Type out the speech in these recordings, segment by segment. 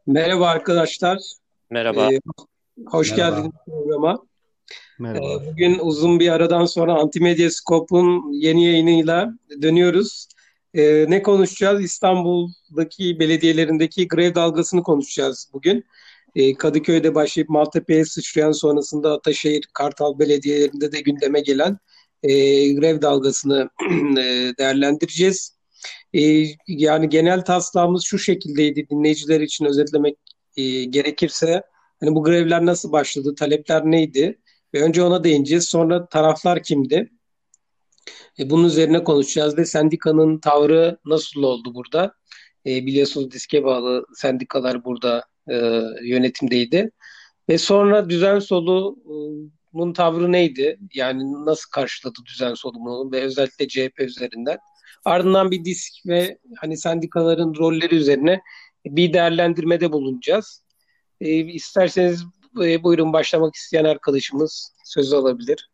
Merhaba arkadaşlar. Merhaba. Ee, Hoş geldiniz Merhaba. programa. Merhabalar. Bugün uzun bir aradan sonra Antimedya Scope'un yeni yayınıyla dönüyoruz. Ne konuşacağız? İstanbul'daki belediyelerindeki grev dalgasını konuşacağız bugün. Kadıköy'de başlayıp Maltepe'ye sıçrayan, sonrasında Ataşehir, Kartal belediyelerinde de gündeme gelen grev dalgasını değerlendireceğiz. Yani genel taslağımız şu şekildeydi, dinleyiciler için özetlemek gerekirse. Hani bu grevler nasıl başladı, talepler neydi? Ve önce ona değineceğiz. Sonra taraflar kimdi? Bunun üzerine konuşacağız ve sendikanın tavrı nasıl oldu burada? Biliyorsunuz diske bağlı sendikalar burada yönetimdeydi. Ve sonra düzen solu'nun tavrı neydi? Yani nasıl karşıladı düzen solunu ve özellikle CHP üzerinden? Ardından bir disk ve hani sendikaların rolleri üzerine bir değerlendirmede bulunacağız. İsterseniz buyurun, başlamak isteyen arkadaşımız sözü alabilir.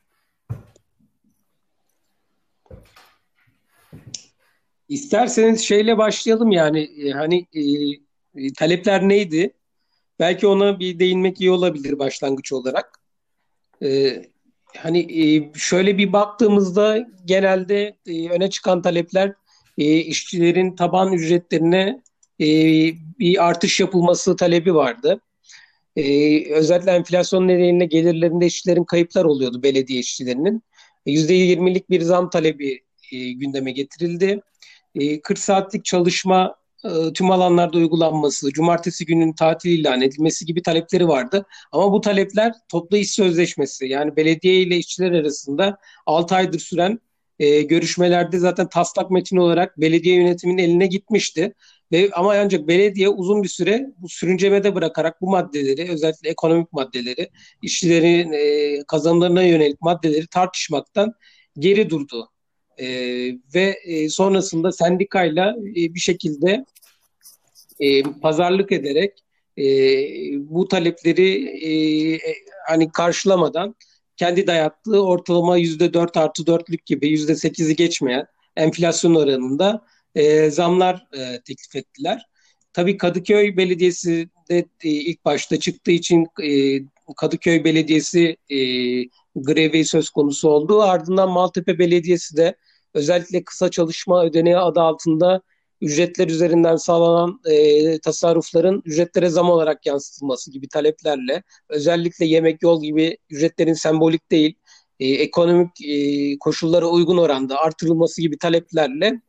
İsterseniz şeyle başlayalım, yani talepler neydi? Belki ona bir değinmek iyi olabilir başlangıç olarak. E, Şöyle bir baktığımızda genelde öne çıkan talepler işçilerin taban ücretlerine e, bir artış yapılması talebi vardı. Özellikle enflasyon nedeniyle gelirlerinde işçilerin kayıplar oluyordu, belediye işçilerinin. %20'lik bir zam talebi gündeme getirildi. 40 saatlik çalışma tüm alanlarda uygulanması, cumartesi günün tatil ilan edilmesi gibi talepleri vardı. Ama bu talepler toplu iş sözleşmesi, yani belediye ile işçiler arasında 6 aydır süren görüşmelerde zaten taslak metin olarak belediye yönetiminin eline gitmişti. Ama ancak belediye uzun bir süre bu sürüncemede bırakarak bu maddeleri, özellikle ekonomik maddeleri, işçilerin kazanımlarına yönelik maddeleri tartışmaktan geri durdu. Sonrasında sendikayla bir şekilde pazarlık ederek e, bu talepleri hani karşılamadan kendi dayattığı ortalama %4+4'lük gibi %8'i geçmeyen enflasyon oranında zamlar teklif ettiler. Tabii Kadıköy Belediyesi de ilk başta çıktığı için Kadıköy Belediyesi grevi söz konusu oldu. Ardından Maltepe Belediyesi de özellikle kısa çalışma ödeneği adı altında ücretler üzerinden sağlanan tasarrufların ücretlere zam olarak yansıtılması gibi taleplerle, özellikle yemek yol gibi ücretlerin sembolik değil, ekonomik koşullara uygun oranda artırılması gibi taleplerle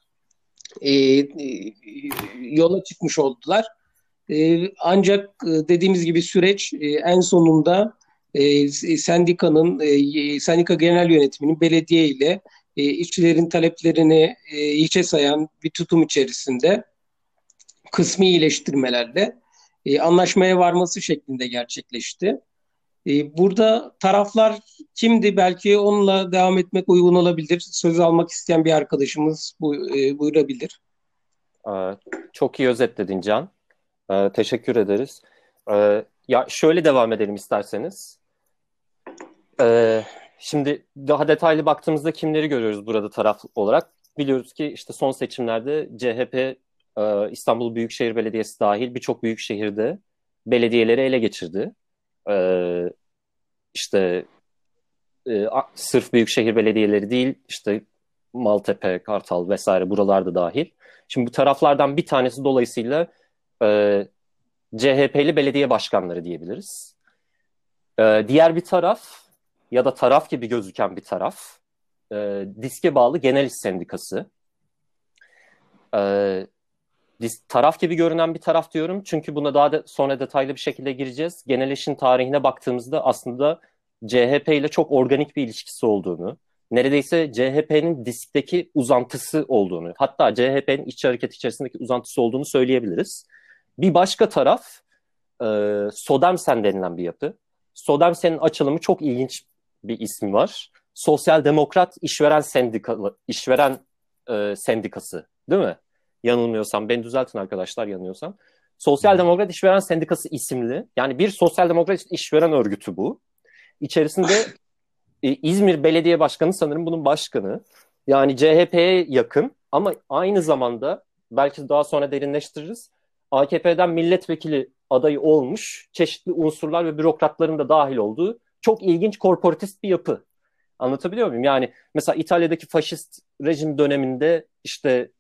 yola çıkmış oldular. Ancak dediğimiz gibi süreç en sonunda sendika genel yönetiminin belediye ile işçilerin taleplerini hiçe sayan bir tutum içerisinde kısmi iyileştirmelerle anlaşmaya varması şeklinde gerçekleşti. Burada taraflar kimdi? Belki onunla devam etmek uygun olabilir. Söz almak isteyen bir arkadaşımız buyurabilir. Ee, Çok iyi özetledin Can. Teşekkür ederiz. Ya şöyle devam edelim isterseniz. Ee, Şimdi daha detaylı baktığımızda kimleri görüyoruz burada taraf olarak? Biliyoruz ki işte son seçimlerde CHP, İstanbul Büyükşehir Belediyesi dahil birçok büyük şehirde belediyeleri ele geçirdi. Ee, işte sırf büyükşehir belediyeleri değil, işte Maltepe, Kartal vesaire buralarda dahil. Şimdi bu taraflardan bir tanesi dolayısıyla e, CHP'li belediye başkanları diyebiliriz. Diğer bir taraf ya da taraf gibi gözüken bir taraf, diske bağlı Genel İş Sendikası. E, Taraf gibi görünen bir taraf diyorum çünkü buna daha sonra detaylı bir şekilde gireceğiz. Genel İş'in tarihine baktığımızda aslında CHP ile çok organik bir ilişkisi olduğunu, neredeyse CHP'nin diskteki uzantısı olduğunu, hatta CHP'nin işçi hareketi içerisindeki uzantısı olduğunu söyleyebiliriz. Bir başka taraf Sodemsen denilen bir yapı. Sodemsen'in açılımı çok ilginç bir ismi var. Sosyal Demokrat İşveren Sendikası, değil mi? Yanılmıyorsam, beni düzeltin arkadaşlar yanılıyorsam. Sosyal Demokrat İşveren Sendikası isimli, yani bir sosyal demokrat işveren örgütü bu. İçerisinde İzmir Belediye Başkanı sanırım bunun başkanı. Yani CHP'ye yakın ama aynı zamanda belki daha sonra derinleştiririz. AKP'den milletvekili adayı olmuş çeşitli unsurlar ve bürokratların da dahil olduğu çok ilginç korporatist bir yapı. Anlatabiliyor muyum? Yani mesela İtalya'daki faşist rejim döneminde işte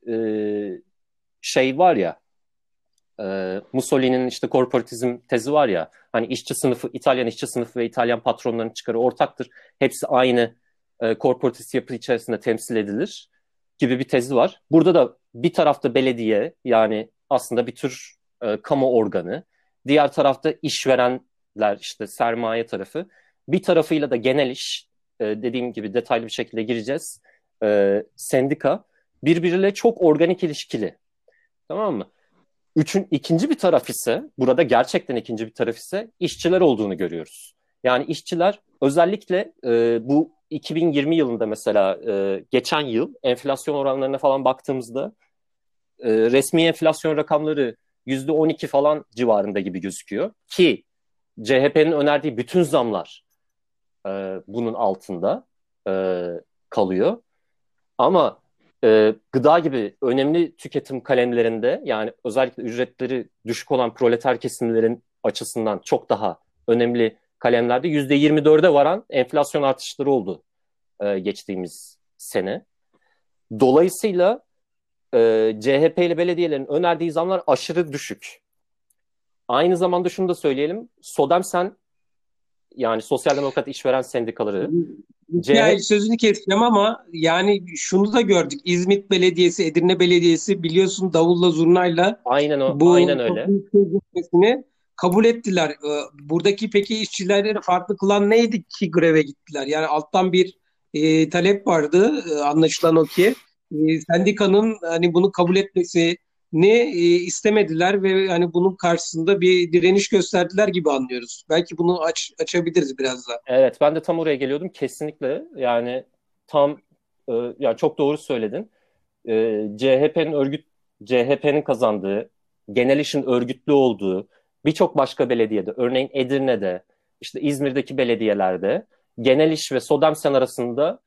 şey var ya, Mussolini'nin işte korporatizm tezi var ya, hani işçi sınıfı, İtalyan işçi sınıfı ve İtalyan patronların çıkarı ortaktır. Hepsi aynı korporatist yapı içerisinde temsil edilir gibi bir tezi var. Burada da bir tarafta belediye, yani aslında bir tür kamu organı. Diğer tarafta işverenler, işte sermaye tarafı. Bir tarafıyla da genel iş, dediğim gibi detaylı bir şekilde gireceğiz. Sendika birbiriyle çok organik ilişkili. Tamam mı? İkinci bir taraf ise, burada gerçekten ikinci bir taraf ise işçiler olduğunu görüyoruz. Yani işçiler özellikle bu 2020 yılında mesela geçen yıl enflasyon oranlarına falan baktığımızda resmi enflasyon rakamları %12 falan civarında gibi gözüküyor. Ki CHP'nin önerdiği bütün zamlar bunun altında e, kalıyor. Ama gıda gibi önemli tüketim kalemlerinde, yani özellikle ücretleri düşük olan proleter kesimlerin açısından çok daha önemli kalemlerde %24'e varan enflasyon artışları oldu geçtiğimiz sene. Dolayısıyla CHP ile belediyelerin önerdiği zamlar aşırı düşük. Aynı zamanda şunu da söyleyelim. SODEMSEN, yani Sosyal Demokrat İşveren Sendikaları, Yani CHP... sözünü keseceğim ama yani şunu da gördük. İzmit Belediyesi, Edirne Belediyesi biliyorsun davulla zurnayla Aynen o, aynen bu öyle. toplu sözleşmesini kabul ettiler. Buradaki peki işçileri farklı kılan neydi ki greve gittiler? Yani alttan bir talep vardı. Anlaşılan o ki sendikanın hani bunu kabul etmesini istemediler ve hani bunun karşısında bir direniş gösterdiler gibi anlıyoruz. Belki bunu açabiliriz biraz da. Evet, ben de tam oraya geliyordum. Kesinlikle, yani tam ya çok doğru söyledin. CHP'nin kazandığı, genel işin örgütlü olduğu birçok başka belediyede, örneğin Edirne'de, işte İzmir'deki belediyelerde genel iş ve SODEMSEN arasında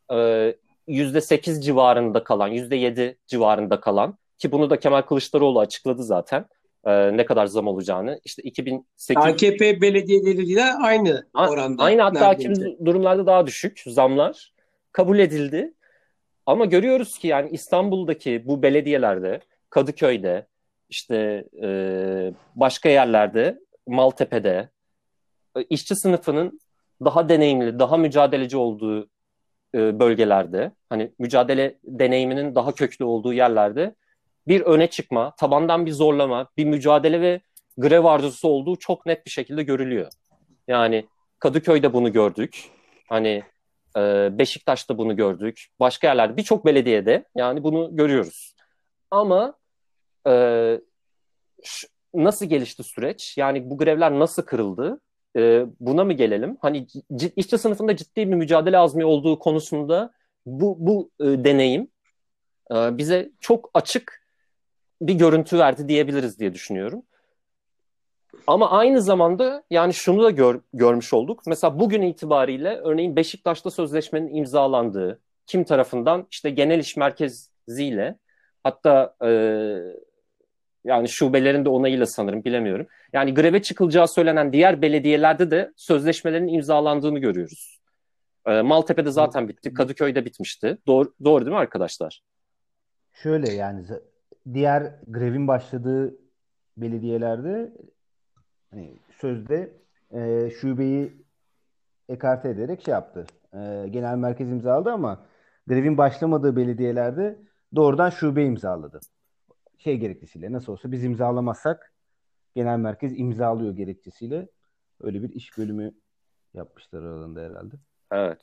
%8 civarında kalan, %7 civarında kalan, ki bunu da Kemal Kılıçdaroğlu açıkladı zaten, ne kadar zam olacağını. İşte 2008, AKP belediyeleriyle aynı oranda aynı, hatta neredeyse. kimi durumlarda daha düşük zamlar kabul edildi. Ama görüyoruz ki yani İstanbul'daki bu belediyelerde, Kadıköy'de, işte başka yerlerde, Maltepe'de işçi sınıfının daha deneyimli, daha mücadeleci olduğu bölgelerde, hani mücadele deneyiminin daha köklü olduğu yerlerde bir öne çıkma, tabandan bir zorlama, bir mücadele ve grev arzusu olduğu çok net bir şekilde görülüyor. Yani Kadıköy'de bunu gördük. Hani Beşiktaş'ta bunu gördük. Başka yerlerde, birçok belediyede yani bunu görüyoruz. Ama e, nasıl gelişti süreç? Yani bu grevler nasıl kırıldı? Buna mı gelelim? Hani işçi sınıfında ciddi bir mücadele azmi olduğu konusunda bu deneyim bize çok açık bir görüntü verdi diyebiliriz diye düşünüyorum. Ama aynı zamanda yani şunu da görmüş olduk. Mesela bugün itibariyle örneğin Beşiktaş'ta sözleşmenin imzalandığı, kim tarafından? İşte Genel İş Merkezi'yle, hatta yani şubelerin de onayıyla sanırım, bilemiyorum. Yani greve çıkılacağı söylenen diğer belediyelerde de sözleşmelerin imzalandığını görüyoruz. Maltepe'de zaten bitti, Kadıköy'de bitmişti. Doğru, doğru değil mi arkadaşlar? Şöyle yani diğer grevin başladığı belediyelerde hani sözde şubeyi ekarte ederek şey yaptı. Genel merkez imzaladı ama grevin başlamadığı belediyelerde doğrudan şube imzaladı. Şey gerekçesiyle nasıl olsa biz imzalamazsak genel merkez imzalıyor gerekçesiyle öyle bir iş bölümü yapmışlar aralarında herhalde. Evet.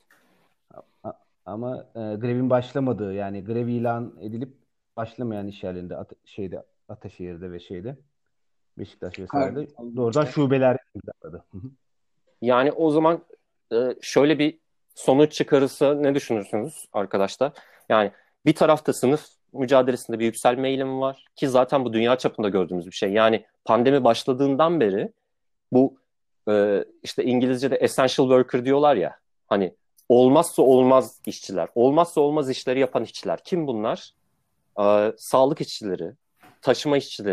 Ama grevin başlamadığı yani grev ilan edilip başlamayan iş yerlerinde şeyde Ataşehir'de ve şeyde Beşiktaş vesairede doğrudan şubeler imzaladı. Yani o zaman şöyle bir sonuç çıkarırsa ne düşünürsünüz arkadaşlar? Yani bir tarafta sınıf mücadelesinde bir yükselme eğilimi var ki zaten bu dünya çapında gördüğümüz bir şey. Yani pandemi başladığından beri bu işte İngilizce'de essential worker diyorlar ya, hani olmazsa olmaz işçiler, olmazsa olmaz işleri yapan işçiler. Kim bunlar? Sağlık işçileri, taşıma işçileri,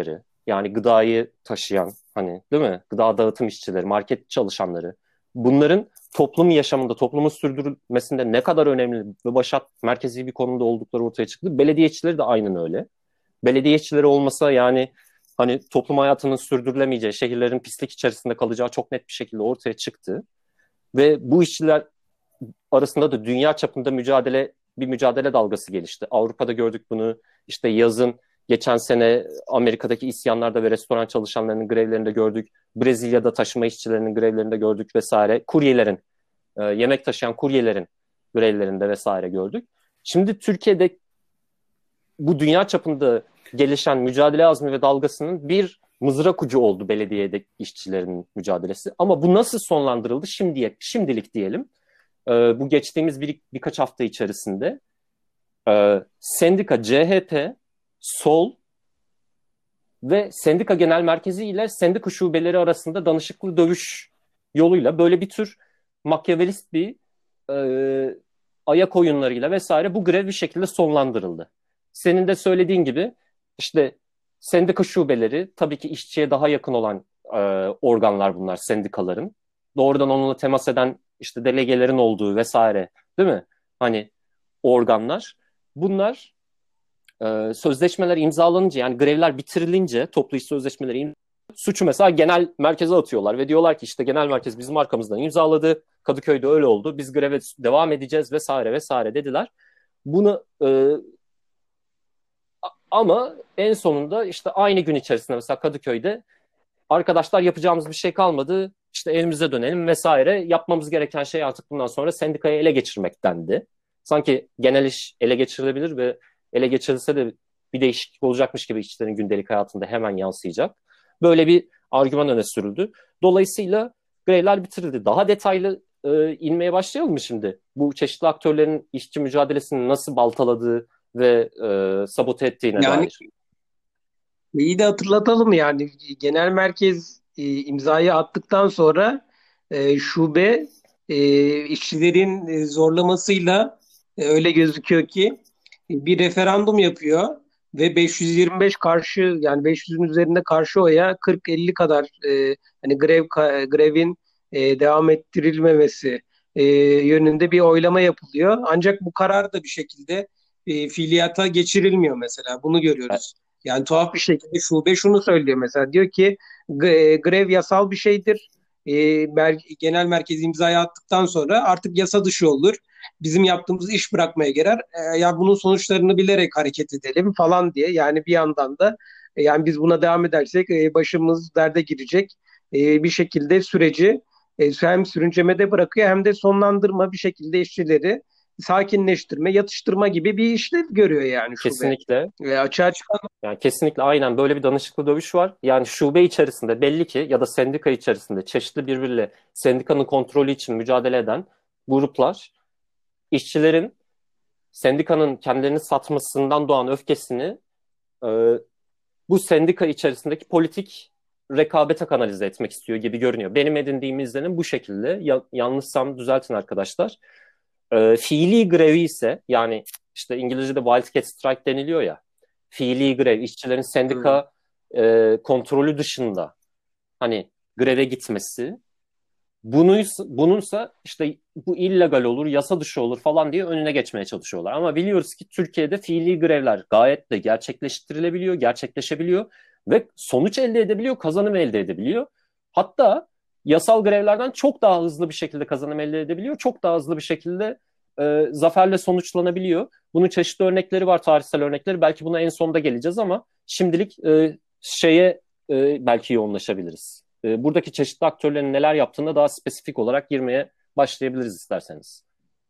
yani gıdayı taşıyan, hani değil mi? Gıda dağıtım işçileri, market çalışanları. Bunların toplum yaşamında, toplumun sürdürülmesinde ne kadar önemli ve başat merkezi bir konumda oldukları ortaya çıktı. Belediye işçileri de aynen öyle. Belediye işçileri olmasa yani hani toplum hayatının sürdürülemeyeceği, şehirlerin pislik içerisinde kalacağı çok net bir şekilde ortaya çıktı. Ve bu işçiler arasında da dünya çapında bir mücadele dalgası gelişti. Avrupa'da gördük bunu. İşte yazın geçen sene Amerika'daki isyanlarda ve restoran çalışanlarının grevlerinde gördük. Brezilya'da taşıma işçilerinin grevlerinde gördük vesaire. Yemek taşıyan kuryelerin grevlerinde vesaire gördük. Şimdi Türkiye'de bu dünya çapında gelişen mücadele azmi ve dalgasının bir mızrak ucu oldu belediyede işçilerin mücadelesi. Ama bu nasıl sonlandırıldı? Şimdilik diyelim. Bu geçtiğimiz birkaç hafta içerisinde sendika CHP, Sol ve sendika genel merkezi ile sendika şubeleri arasında danışıklı dövüş yoluyla böyle bir tür makyavelist bir ayak oyunlarıyla vesaire bu grev bir şekilde sonlandırıldı. Senin de söylediğin gibi işte sendika şubeleri tabii ki işçiye daha yakın olan organlar bunlar sendikaların. Doğrudan onunla temas eden işte delegelerin olduğu vesaire değil mi? Hani organlar. Bunlar sözleşmeler imzalanınca yani grevler bitirilince toplu iş sözleşmeleri suçu mesela genel merkeze atıyorlar ve diyorlar ki işte genel merkez bizim arkamızdan imzaladı. Kadıköy'de öyle oldu. Biz greve devam edeceğiz vesaire vesaire dediler. Bunu ama en sonunda işte aynı gün içerisinde mesela Kadıköy'de arkadaşlar yapacağımız bir şey kalmadı. İşte evimize dönelim vesaire. Yapmamız gereken şey artık bundan sonra sendikayı ele geçirmek dendi. Sanki genel iş ele geçirilebilir ve ele geçirilse de bir değişiklik olacakmış gibi işçilerin gündelik hayatında hemen yansıyacak. Böyle bir argüman öne sürüldü. Dolayısıyla grevler bitirildi. Daha detaylı inmeye başlayalım mı şimdi? Bu çeşitli aktörlerin işçi mücadelesini nasıl baltaladığı ve sabote ettiğine Yani dair. iyi de hatırlatalım yani genel merkez imzayı attıktan sonra şube işçilerin zorlamasıyla öyle gözüküyor ki bir referandum yapıyor ve 525 karşı yani 500'ün üzerinde karşı oya 40-50 kadar hani grevin devam ettirilmemesi yönünde bir oylama yapılıyor. Ancak bu karar da bir şekilde fiiliyata geçirilmiyor mesela. Bunu görüyoruz. Yani tuhaf bir şekilde şube şunu söylüyor mesela diyor ki grev yasal bir şeydir. Genel merkez imzayı attıktan sonra artık yasa dışı olur. Bizim yaptığımız iş bırakmaya girer. Ya bunun sonuçlarını bilerek hareket edelim falan diye. Yani bir yandan da yani biz buna devam edersek başımız derde girecek. Bir şekilde süreci hem sürüncemede bırakıyor hem de sonlandırma bir şekilde işçileri sakinleştirme, yatıştırma gibi bir işlev görüyor yani şube. Kesinlikle. Açığa çıkan Yani kesinlikle aynen böyle bir danışıklı dövüş var. Yani şube içerisinde belli ki ya da sendika içerisinde çeşitli birbiriyle sendikanın kontrolü için mücadele eden gruplar işçilerin sendikanın kendilerini satmasından doğan öfkesini e, bu sendika içerisindeki politik rekabete kanalize etmek istiyor gibi görünüyor. Benim edindiğim izlenim bu şekilde. Yanlışsam düzeltin arkadaşlar. Fiili grevi ise yani işte İngilizce'de wildcat strike deniliyor ya. Fiili grev, işçilerin sendika kontrolü dışında hani greve gitmesi. Bununsa işte bu illegal olur, yasa dışı olur falan diye önüne geçmeye çalışıyorlar. Ama biliyoruz ki Türkiye'de fiili grevler gayet de gerçekleştirilebiliyor, gerçekleşebiliyor ve sonuç elde edebiliyor, kazanım elde edebiliyor. Hatta yasal grevlerden çok daha hızlı bir şekilde kazanım elde edebiliyor, çok daha hızlı bir şekilde zaferle sonuçlanabiliyor. Bunun çeşitli örnekleri var, tarihsel örnekleri. Belki buna en sonda geleceğiz ama şimdilik belki yoğunlaşabiliriz. Buradaki çeşitli aktörlerin neler yaptığına daha spesifik olarak girmeye başlayabiliriz isterseniz.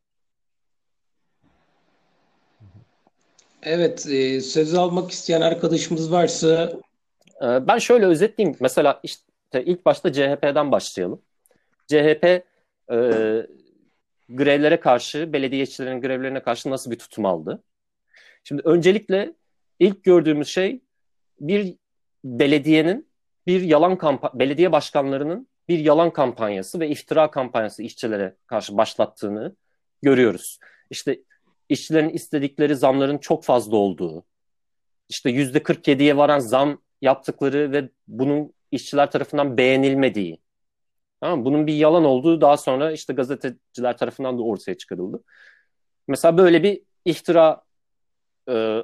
evet söz almak isteyen arkadaşımız varsa Ben şöyle özetleyeyim. Mesela işte ilk başta CHP'den başlayalım. CHP grevlere karşı, belediye işçilerinin grevlerine karşı nasıl bir tutum aldı? Şimdi öncelikle ilk gördüğümüz şey bir belediye başkanlarının bir yalan kampanyası ve iftira kampanyası işçilere karşı başlattığını görüyoruz. İşte işçilerin istedikleri zamların çok fazla olduğu, işte %47'ye varan zam yaptıkları ve bunun işçiler tarafından beğenilmediği. Tamam mı? Bunun bir yalan olduğu daha sonra işte gazeteciler tarafından da ortaya çıkarıldı. Mesela böyle bir iftira e,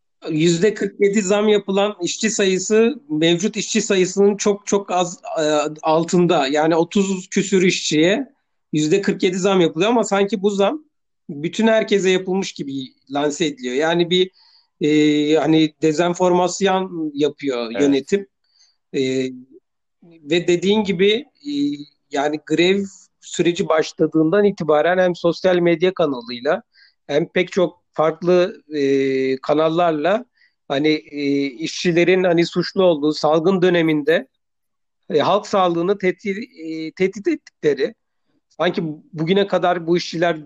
%47 zam yapılan işçi sayısı mevcut işçi sayısının çok çok az altında. Yani 30 küsür işçiye %47 zam yapılıyor ama sanki bu zam bütün herkese yapılmış gibi lanse ediliyor. Yani bir hani dezenformasyon yapıyor evet. yönetim. E, Ve dediğin gibi yani grev süreci başladığından itibaren hem sosyal medya kanalıyla hem pek çok farklı kanallarla hani işçilerin hani suçlu olduğu salgın döneminde halk sağlığını tehdit ettikleri, sanki bugüne kadar bu işçiler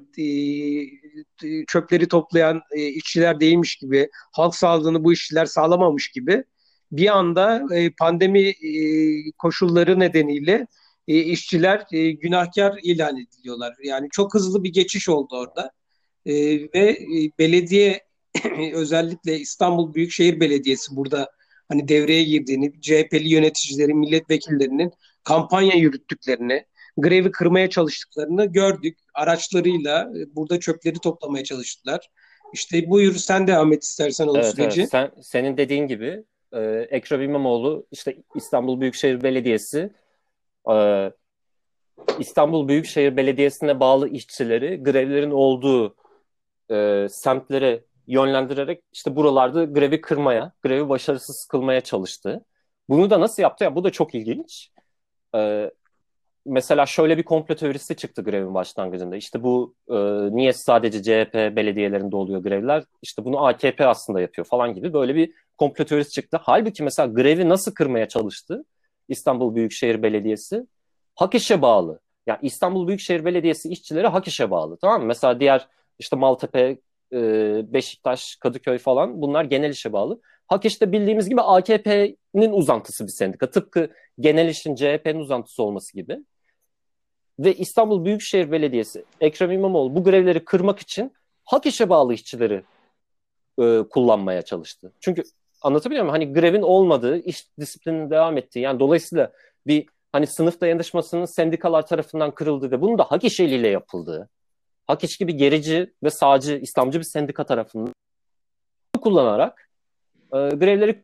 çöpleri toplayan işçiler değilmiş gibi, halk sağlığını bu işçiler sağlamamış gibi bir anda pandemi koşulları nedeniyle işçiler günahkar ilan ediliyorlar. Yani çok hızlı bir geçiş oldu orada. Ve belediye özellikle İstanbul Büyükşehir Belediyesi burada hani devreye girdiğini, CHP'li yöneticilerin, milletvekillerinin kampanya yürüttüklerini, grevi kırmaya çalıştıklarını gördük. Araçlarıyla burada çöpleri toplamaya çalıştılar. İşte buyur sen devam et istersen o Evet, evet. süreci. Senin dediğin gibi Ekrem İmamoğlu işte İstanbul Büyükşehir Belediyesi e, İstanbul Büyükşehir Belediyesi'ne bağlı işçileri grevlerin olduğu semtlere yönlendirerek işte buralarda grevi kırmaya, grevi başarısız kılmaya çalıştı. Bunu da nasıl yaptı? Ya bu da çok ilginç. E, Mesela şöyle bir komplo teorisi çıktı grevin başlangıcında. İşte bu niye sadece CHP belediyelerinde oluyor grevler? İşte bunu AKP aslında yapıyor falan gibi böyle bir komplo teorisi çıktı. Halbuki mesela grevi nasıl kırmaya çalıştı İstanbul Büyükşehir Belediyesi? Hak işe bağlı. Yani İstanbul Büyükşehir Belediyesi işçileri hak işe bağlı. Tamam mı? Mesela diğer işte Maltepe, Beşiktaş, Kadıköy falan bunlar genel işe bağlı. Hak işte bildiğimiz gibi AKP'nin uzantısı bir sendika. Tıpkı genel işin CHP'nin uzantısı olması gibi. Ve İstanbul Büyükşehir Belediyesi Ekrem İmamoğlu bu grevleri kırmak için hak işe bağlı işçileri kullanmaya çalıştı. Çünkü anlatabiliyor muyum? Hani grevin olmadığı, iş disiplininin devam ettiği yani dolayısıyla bir hani sınıf dayanışmasının sendikalar tarafından kırıldığı ve bunun da hak iş eliyle yapıldığı, hak iş gibi gerici ve sağcı, İslamcı bir sendika tarafından kullanarak grevleri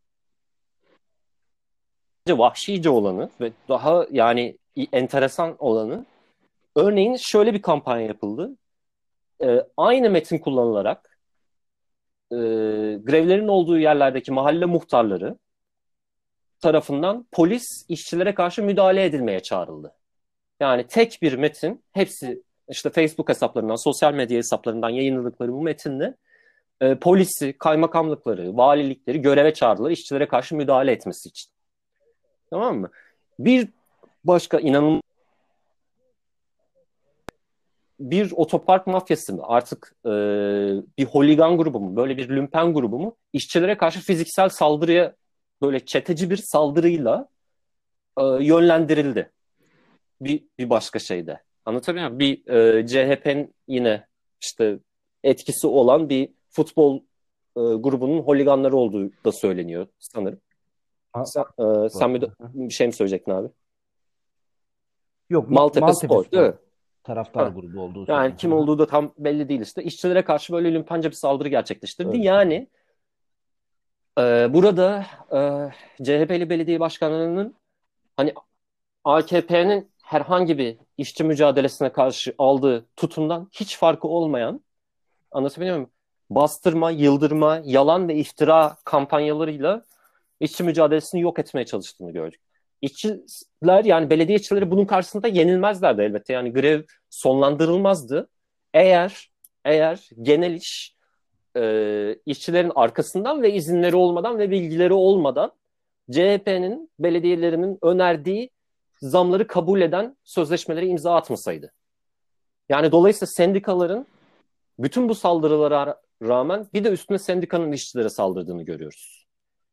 vahşice olanı ve daha yani enteresan olanı örneğin şöyle bir kampanya yapıldı. Aynı metin kullanılarak grevlerin olduğu yerlerdeki mahalle muhtarları tarafından polis işçilere karşı müdahale edilmeye çağrıldı. Yani tek bir metin, hepsi işte Facebook hesaplarından, sosyal medya hesaplarından yayınladıkları bu metinle polisi, kaymakamlıkları, valilikleri göreve çağırdılar işçilere karşı müdahale etmesi için. Tamam mı? Bir başka inanılmaz bir otopark mafyası mı artık bir holigan grubu mu böyle bir lümpen grubu mu işçilere karşı fiziksel saldırıya böyle çeteci bir saldırıyla yönlendirildi bir başka şeyde. Anlatabiliyor muyum? Bir CHP'nin yine işte etkisi olan bir futbol grubunun holiganları olduğu da söyleniyor sanırım. Sen bir şey mi söyleyecektin abi? Yok, Maltepe Maltepe Spor değil Spor mi? taraftar Ha. grubu olduğu Yani kim söyleniyor. olduğu da tam belli değil işte. İşçilere karşı böyle lümpence bir saldırı gerçekleştirdi. Öyle Yani burada CHP'li belediye başkanlarının hani AKP'nin herhangi bir işçi mücadelesine karşı aldığı tutumdan hiç farkı olmayan, anlatabiliyor muyum? Bastırma, yıldırma, yalan ve iftira kampanyalarıyla işçi mücadelesini yok etmeye çalıştığını gördük. İşçiler yani belediye işçileri bunun karşısında yenilmezlerdi elbette. Yani grev sonlandırılmazdı. Eğer genel iş işçilerin arkasından ve izinleri olmadan ve bilgileri olmadan CHP'nin belediyelerinin önerdiği zamları kabul eden sözleşmeleri imza atmasaydı. Yani dolayısıyla sendikaların bütün bu saldırılara rağmen bir de üstüne sendikanın işçilere saldırdığını görüyoruz.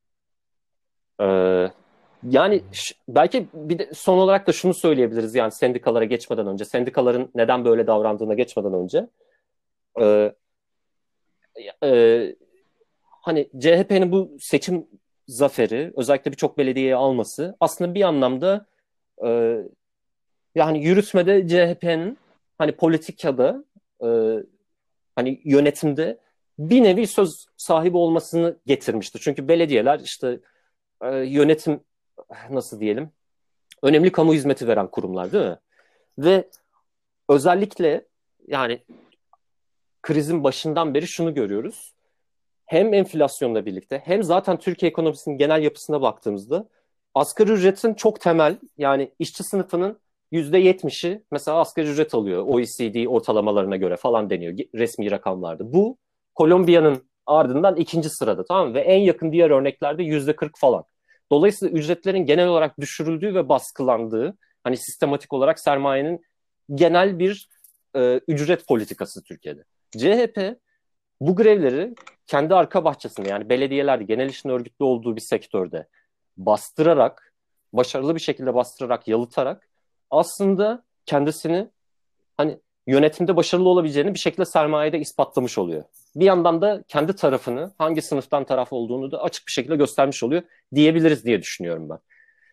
Yani belki bir de son olarak da şunu söyleyebiliriz yani sendikalara geçmeden önce, sendikaların neden böyle davrandığına geçmeden önce. E, e, Hani CHP'nin bu seçim zaferi, özellikle birçok belediyeyi alması aslında bir anlamda e, yani yürütmede CHP'nin hani politikada e, hani yönetimde bir nevi söz sahibi olmasını getirmişti. Çünkü belediyeler işte yönetim nasıl diyelim önemli kamu hizmeti veren kurumlar değil mi? Ve özellikle yani krizin başından beri şunu görüyoruz. Hem enflasyonla birlikte hem zaten Türkiye ekonomisinin genel yapısına baktığımızda asgari ücretin çok temel yani işçi sınıfının %70'i mesela asgari ücret alıyor OECD ortalamalarına göre falan deniyor resmi rakamlarda. Bu Kolombiya'nın ardından ikinci sırada tamam mı? Ve en yakın diğer örneklerde %40 falan. Dolayısıyla ücretlerin genel olarak düşürüldüğü ve baskılandığı hani sistematik olarak sermayenin genel bir ücret politikası Türkiye'de. CHP bu grevleri kendi arka bahçesinde yani belediyelerde genel işin örgütlü olduğu bir sektörde bastırarak, başarılı bir şekilde bastırarak, yalıtarak aslında kendisini hani yönetimde başarılı olabileceğini bir şekilde sermayede ispatlamış oluyor. Bir yandan da kendi tarafını, hangi sınıftan taraf olduğunu da açık bir şekilde göstermiş oluyor diyebiliriz diye düşünüyorum ben.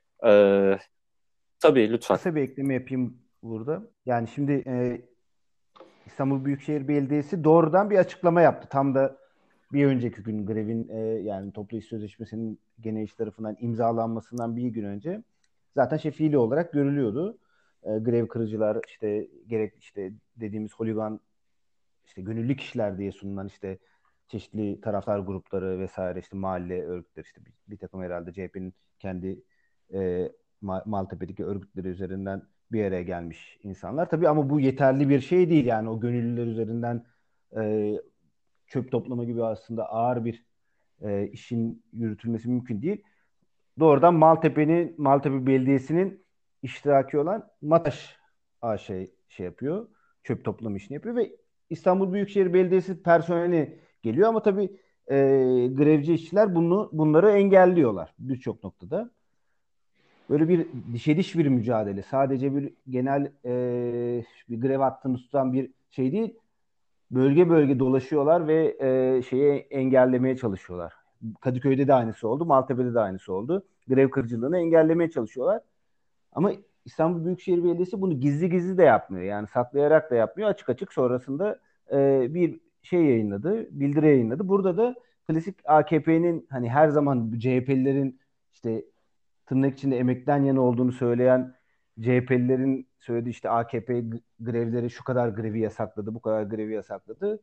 Tabii lütfen. Kısa bir ekleme yapayım burada. Yani şimdi İstanbul Büyükşehir Belediyesi doğrudan bir açıklama yaptı. Tam da bir önceki gün grevin yani toplu iş sözleşmesinin genel iş tarafından imzalanmasından bir gün önce zaten fiili olarak görülüyordu. Grev kırıcılar işte gerek işte dediğimiz holigan işte gönüllü kişiler diye sunulan işte çeşitli taraftar grupları vesaire işte mahalle örgütleri işte bir takım herhalde CHP'nin kendi Maltepe'deki örgütleri üzerinden bir araya gelmiş insanlar. Tabii ama bu yeterli bir şey değil yani o gönüllüler üzerinden e, çöp toplama gibi aslında ağır bir işin yürütülmesi mümkün değil. Doğrudan Maltepe Belediyesi'nin iştiraki olan MATAŞ AŞ şey yapıyor. Çöp toplama işini yapıyor ve İstanbul Büyükşehir Belediyesi personeli geliyor ama tabii grevci işçiler bunları engelliyorlar birçok noktada. Böyle bir dişe diş bir mücadele. Sadece bir genel bir grev hattını tutan bir şey değil. Bölge bölge dolaşıyorlar ve şeyi engellemeye çalışıyorlar. Kadıköy'de de aynısı oldu, Maltepe'de de aynısı oldu. Grev kırıcılığını engellemeye çalışıyorlar. Ama İstanbul Büyükşehir Belediyesi bunu gizli gizli de yapmıyor. Yani saklayarak da yapmıyor. Açık açık sonrasında bir şey yayınladı, bildiri yayınladı. Burada da klasik AKP'nin hani her zaman CHP'lilerin işte tırnak içinde emekten yana olduğunu söyleyen CHP'lilerin söylediği işte AKP grevleri şu kadar grevi yasakladı, bu kadar grevi yasakladı.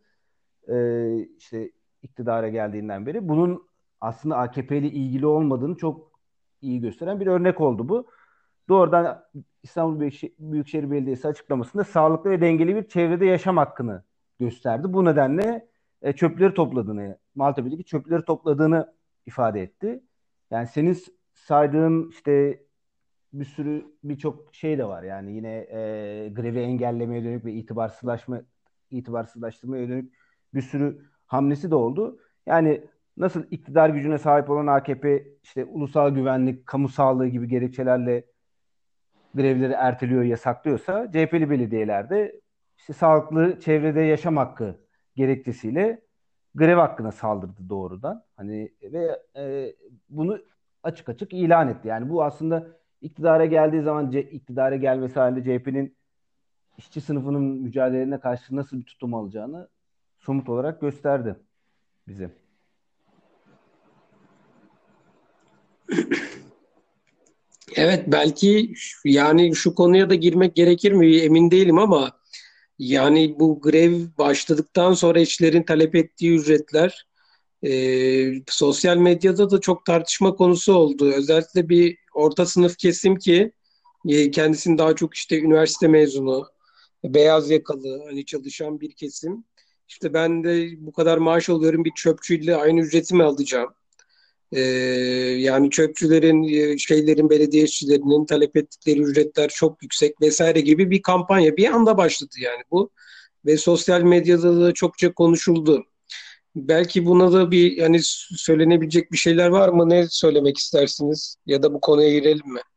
İşte iktidara geldiğinden beri bunun aslında AKP ile ilgili olmadığını çok iyi gösteren bir örnek oldu bu. Doğrudan İstanbul Büyükşehir Belediyesi açıklamasında sağlıklı ve dengeli bir çevrede yaşam hakkını gösterdi. Bu nedenle çöpleri topladığını, Maltepe'deki çöpleri topladığını ifade etti. Yani senin saydığın işte birçok şey de var. Yani yine grevi engellemeye dönük ve itibarsızlaştırmaya dönük bir sürü hamlesi de oldu. Yani nasıl iktidar gücüne sahip olan AKP işte ulusal güvenlik, kamu sağlığı gibi gerekçelerle grevleri erteliyor, yasaklıyorsa CHP'li belediyelerde işte sağlıklı çevrede yaşam hakkı gerekçesiyle grev hakkına saldırdı doğrudan. Hani ve bunu açık açık ilan etti. Yani bu aslında iktidara geldiği zaman iktidara gelmesi halinde CHP'nin işçi sınıfının mücadelelerine karşı nasıl bir tutum alacağını somut olarak gösterdi bize. Evet, belki yani şu konuya da girmek gerekir mi emin değilim ama yani bu grev başladıktan sonra işçilerin talep ettiği ücretler sosyal medyada da çok tartışma konusu oldu. Özellikle bir orta sınıf kesim ki kendisini daha çok işte üniversite mezunu, beyaz yakalı, hani çalışan bir kesim. İşte ben de bu kadar maaş alıyorum, bir çöpçüyle aynı ücreti mi alacağım? Ee, Yani çöpçülerin, şeylerin, belediye işçilerinin talep ettikleri ücretler çok yüksek vesaire gibi bir kampanya bir anda başladı yani bu ve sosyal medyada da çokça konuşuldu. Belki buna da bir yani söylenebilecek bir şeyler var mı? Ne söylemek istersiniz? Ya da bu konuya girelim mi?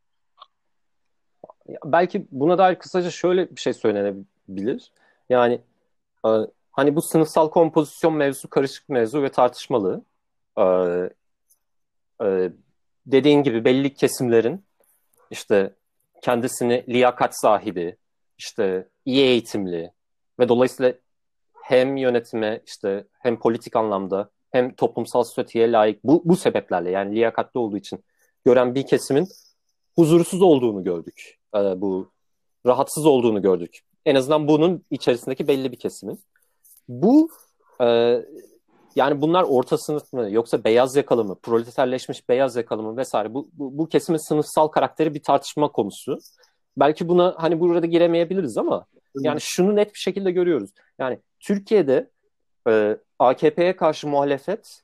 Belki buna dair kısaca şöyle bir şey söylenebilir. Yani e, hani bu sınıfsal kompozisyon mevzu karışık mevzu ve tartışmalı. E, e, dediğin gibi belli kesimlerin işte kendisini liyakat sahibi, işte iyi eğitimli ve dolayısıyla hem yönetime işte hem politik anlamda hem toplumsal statüye layık bu sebeplerle yani liyakatli olduğu için gören bir kesimin huzursuz olduğunu gördük. Bu rahatsız olduğunu gördük. En azından bunun içerisindeki belli bir kesimin. Bu e, yani bunlar orta sınıf mı yoksa beyaz yakalı mı, proleterleşmiş beyaz yakalı mı vesaire bu kesimin sınıfsal karakteri bir tartışma konusu. Belki buna hani burada giremeyebiliriz ama yani şunu net bir şekilde görüyoruz. Yani Türkiye'de AKP'ye karşı muhalefet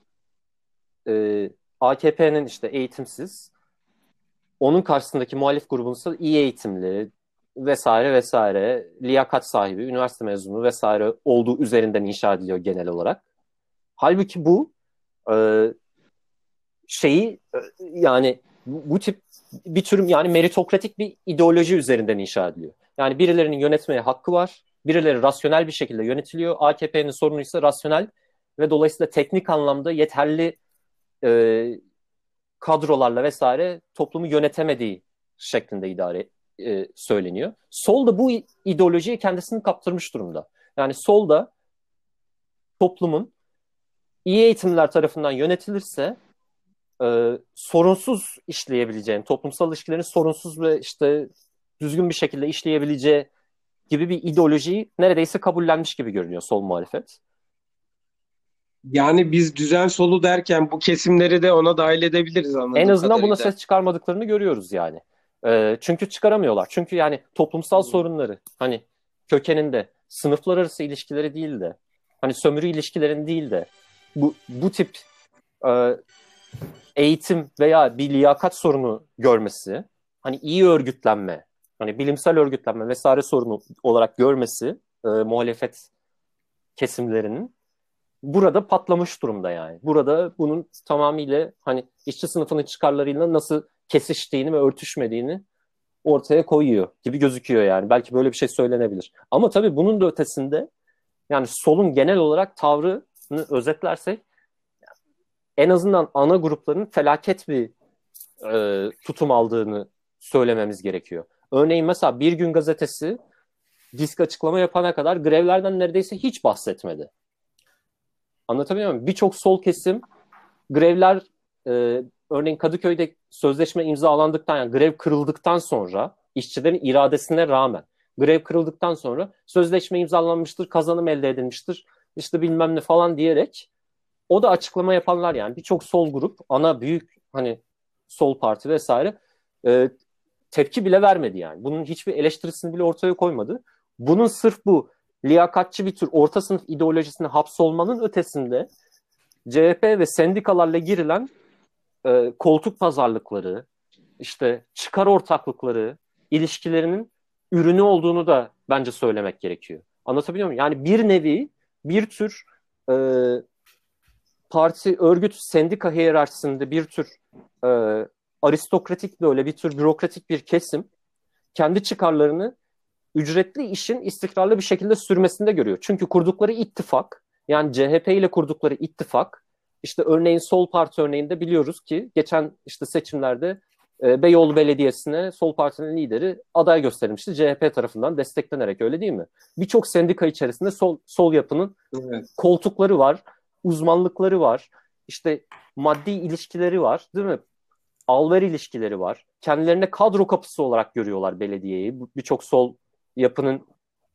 AKP'nin işte eğitimsiz, onun karşısındaki muhalif grubun ise iyi eğitimli vesaire vesaire, liyakat sahibi, üniversite mezunu vesaire olduğu üzerinden inşa ediliyor genel olarak. Halbuki bu e, şeyi yani bu tip bir tür yani meritokratik bir ideoloji üzerinden inşa ediliyor. Yani birilerinin yönetmeye hakkı var, birileri rasyonel bir şekilde yönetiliyor. AKP'nin sorunu ise rasyonel ve dolayısıyla teknik anlamda yeterli kadrolarla vesaire toplumu yönetemediği şeklinde söyleniyor. Sol da bu ideolojiye kendisini kaptırmış durumda. Yani sol da toplumun iyi eğitimler tarafından yönetilirse sorunsuz işleyebileceğin, toplumsal ilişkilerin sorunsuz ve işte düzgün bir şekilde işleyebileceği gibi bir ideolojiyi neredeyse kabullenmiş gibi görünüyor sol muhalefet. Yani biz düzen solu derken bu kesimleri de ona dahil edebiliriz anladığım En azından kadarıyla. buna ses çıkarmadıklarını görüyoruz yani. Çünkü çıkaramıyorlar. Çünkü yani toplumsal sorunları hani kökeninde sınıflar arası ilişkileri değil de hani sömürü ilişkilerin değil de bu tip eğitim veya bir liyakat sorunu görmesi, hani iyi örgütlenme, hani bilimsel örgütlenme vesaire sorunu olarak görmesi muhalefet kesimlerinin burada patlamış durumda yani. Burada bunun tamamıyla hani işçi sınıfının çıkarlarıyla nasıl kesiştiğini ve örtüşmediğini ortaya koyuyor gibi gözüküyor yani. Belki böyle bir şey söylenebilir. Ama tabii bunun da ötesinde yani solun genel olarak tavrını özetlersek en azından ana grupların felaket bir tutum aldığını söylememiz gerekiyor. Örneğin mesela Bir Gün Gazetesi disk açıklama yapana kadar grevlerden neredeyse hiç bahsetmedi. Anlatabiliyor muyum? Birçok sol kesim grevler örneğin Kadıköy'de sözleşme imzalandıktan yani grev kırıldıktan sonra işçilerin iradesine rağmen grev kırıldıktan sonra sözleşme imzalanmıştır, kazanım elde edilmiştir işte bilmem ne falan diyerek o da açıklama yapanlar yani birçok sol grup ana büyük hani sol parti vesaire tepki bile vermedi yani. Bunun hiçbir eleştirisini bile ortaya koymadı. Bunun sırf bu liyakatçı bir tür orta sınıf ideolojisine hapsolmanın ötesinde CHP ve sendikalarla girilen koltuk pazarlıkları, işte çıkar ortaklıkları, ilişkilerinin ürünü olduğunu da bence söylemek gerekiyor. Anlatabiliyor muyum? Yani bir nevi bir tür e, parti, örgüt, sendika hiyerarşisinde bir tür e, aristokratik böyle bir tür bürokratik bir kesim kendi çıkarlarını ücretli işin istikrarlı bir şekilde sürmesinde görüyor. Çünkü kurdukları ittifak, yani CHP ile kurdukları ittifak, işte örneğin Sol Parti örneğinde biliyoruz ki geçen işte seçimlerde Beyoğlu Belediyesi'ne Sol Parti'nin lideri aday gösterilmişti. CHP tarafından desteklenerek öyle değil mi? Birçok sendika içerisinde sol yapının koltukları var, uzmanlıkları var, işte maddi ilişkileri var değil mi? Al-ver ilişkileri var. Kendilerine kadro kapısı olarak görüyorlar belediyeyi. Birçok sol yapının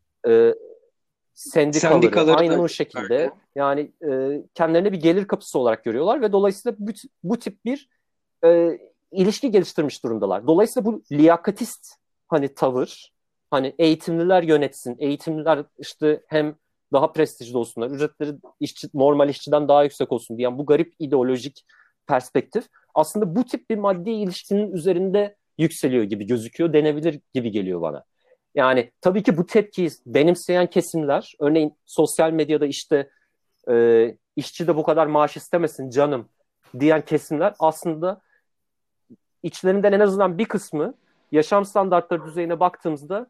sendikaları aynen o şekilde yani kendilerine bir gelir kapısı olarak görüyorlar ve dolayısıyla bu tip bir ilişki geliştirmiş durumdalar. Dolayısıyla bu liyakatist hani tavır hani eğitimliler yönetsin, eğitimliler işte hem daha prestijli olsunlar, ücretleri normal işçiden daha yüksek olsun diyen bu garip ideolojik perspektif aslında bu tip bir maddi ilişkinin üzerinde yükseliyor gibi gözüküyor, denebilir gibi geliyor bana. Yani tabii ki bu tepkiyi benimseyen kesimler, örneğin sosyal medyada işte işçi de bu kadar maaş istemesin canım diyen kesimler aslında içlerinden en azından bir kısmı yaşam standartları düzeyine baktığımızda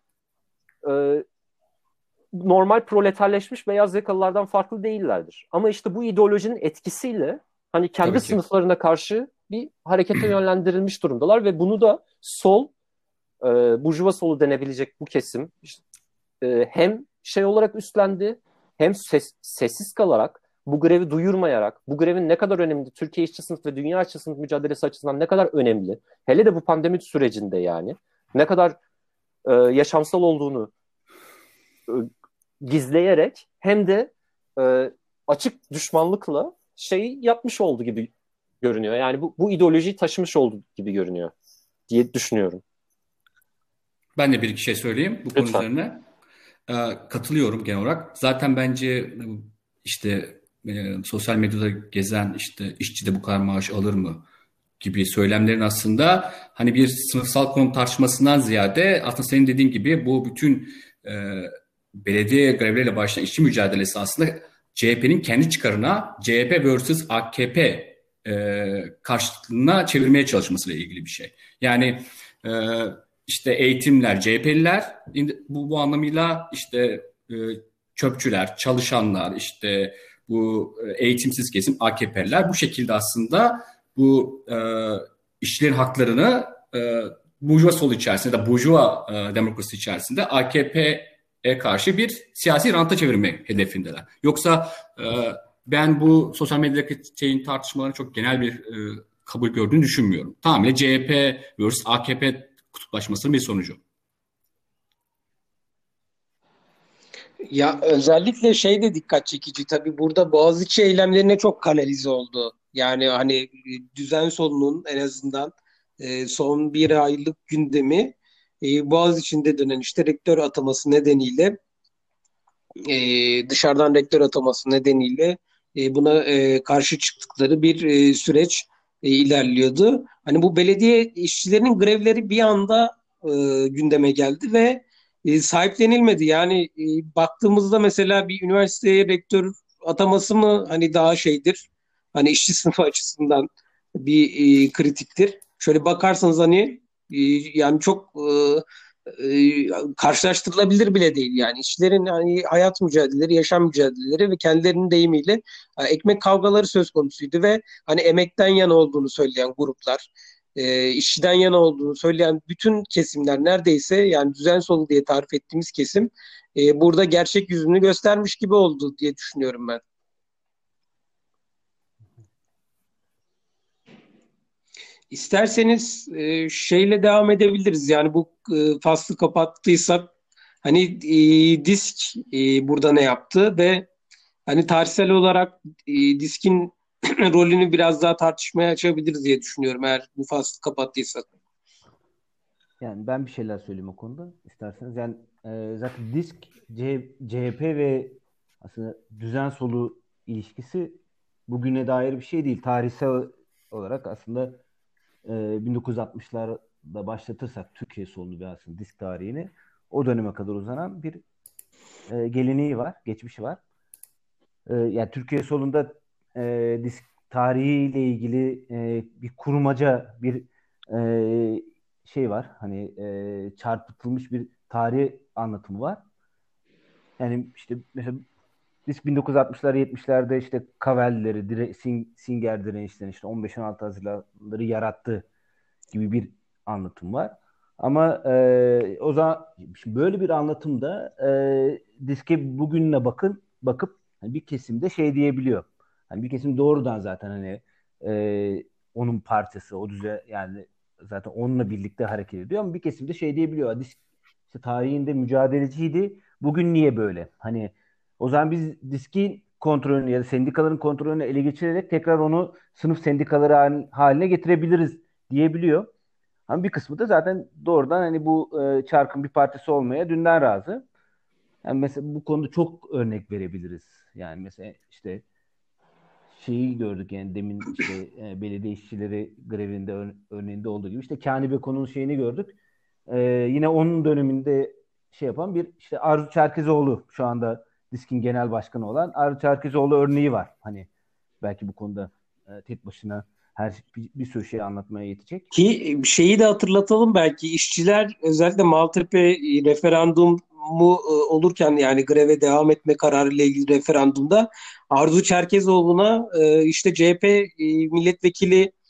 normal proleterleşmiş beyaz yakalılardan farklı değillerdir. Ama işte bu ideolojinin etkisiyle hani kendi sınıflarına karşı bir harekete yönlendirilmiş durumdalar ve bunu da sol, burjuva solu denebilecek bu kesim hem şey olarak üstlendi, hem sessiz kalarak, bu grevi duyurmayarak, bu grevin ne kadar önemli, Türkiye işçi sınıf ve dünya işçi sınıf mücadelesi açısından ne kadar önemli, hele de bu pandemi sürecinde yani ne kadar yaşamsal olduğunu gizleyerek hem de açık düşmanlıkla şeyi yapmış oldu gibi görünüyor. Yani bu ideolojiyi taşımış oldu gibi görünüyor diye düşünüyorum. Ben de bir iki şey söyleyeyim bu konu üzerine. Katılıyorum genel olarak. Zaten bence işte sosyal medyada gezen işte işçi de bu kadar maaş alır mı gibi söylemlerin aslında hani bir sınıfsal konu tartışmasından ziyade aslında senin dediğin gibi bu bütün belediye grevleriyle başlayan işçi mücadelesi aslında CHP'nin kendi çıkarına CHP vs. AKP karşıtlığına çevirmeye çalışmasıyla ilgili bir şey. Yani işte eğitimler CHP'liler bu anlamıyla işte çöpçüler, çalışanlar, işte bu eğitimsiz kesim AKP'liler bu şekilde aslında bu işçilerin haklarını burjuva solu içerisinde de burjuva demokrasi içerisinde AKP'ye karşı bir siyasi ranta çevirme hedefindeler. Yoksa ben bu sosyal medyadaki tartışmaların çok genel bir kabul gördüğünü düşünmüyorum. Tamamen CHP vs. AKP kutuplaşmasının bir sonucu. Ya özellikle şey de dikkat çekici tabii, burada Boğaziçi eylemlerine çok kanalize oldu. Yani hani düzen solunun en azından son bir aylık gündemi Boğaziçi'nde dönen işte rektör ataması nedeniyle, dışarıdan rektör ataması nedeniyle buna karşı çıktıkları bir süreç ilerliyordu. Hani bu belediye işçilerinin grevleri bir anda gündeme geldi ve sahiplenilmedi. Yani baktığımızda mesela bir üniversiteye rektör ataması mı hani daha şeydir, hani işçi sınıfı açısından bir kritiktir. Şöyle bakarsanız hani yani çok karşılaştırılabilir bile değil yani. İşçilerin hani hayat mücadeleleri, yaşam mücadeleleri ve kendilerinin deyimiyle ekmek kavgaları söz konusuydu ve hani emekten yana olduğunu söyleyen gruplar, işçiden yana olduğunu söyleyen bütün kesimler, neredeyse yani düzen solu diye tarif ettiğimiz kesim burada gerçek yüzünü göstermiş gibi oldu diye düşünüyorum ben. İsterseniz şeyle devam edebiliriz. Yani bu faslı kapattıysak hani disk burada ne yaptı ve hani tarihsel olarak diskin rolünü biraz daha tartışmaya açabiliriz diye düşünüyorum, eğer bu faslı kapattıysak. Yani ben bir şeyler söyleyeyim o konuda isterseniz. Yani zaten disk CHP ve aslında düzen solu ilişkisi bugüne dair bir şey değil. Tarihsel olarak aslında 1960'larda başlatırsak Türkiye solunu ve aslında disk tarihini o döneme kadar uzanan bir geleneği var, geçmişi var. Yani Türkiye solunda disk tarihiyle ilgili bir kurmaca bir şey var. Hani çarpıtılmış bir tarih anlatımı var. Yani işte mesela biz 1960'lar 70'lerde işte Kavelleri, Singer direnişlerini işte 15-16 Haziranları yarattı gibi bir anlatım var. Ama o zaman şimdi böyle bir anlatımda diske bugününe bakıp hani bir kesimde şey diyebiliyor. Hani bir kesim doğrudan zaten hani onun parçası, o düze yani zaten onunla birlikte hareket ediyor ama bir kesim de şey diyebiliyor. Disk işte tarihinde mücadeleciydi. Bugün niye böyle? Hani o zaman biz diskin kontrolünü ya da sendikaların kontrolünü ele geçirerek tekrar onu sınıf sendikaları haline getirebiliriz diyebiliyor. Ama bir kısmı da zaten doğrudan hani bu çarkın bir parçası olmaya dünden razı. Yani mesela bu konuda çok örnek verebiliriz. Yani mesela işte şeyi gördük yani demin işte belediye işçileri grevinde örneğinde olduğu gibi işte Kani Beko'nun şeyini gördük. Yine onun döneminde şey yapan bir işte Arzu Çerkezoğlu şu anda DİSK'in genel başkanı olan Arzu Çerkezoğlu örneği var. Hani belki bu konuda tek başına bir sürü şey anlatmaya yetecek. Ki şeyi de hatırlatalım, belki işçiler özellikle Maltepe referandumu olurken, yani greve devam etme kararı ile ilgili referandumda Arzu Çerkezoğlu'na işte CHP milletvekili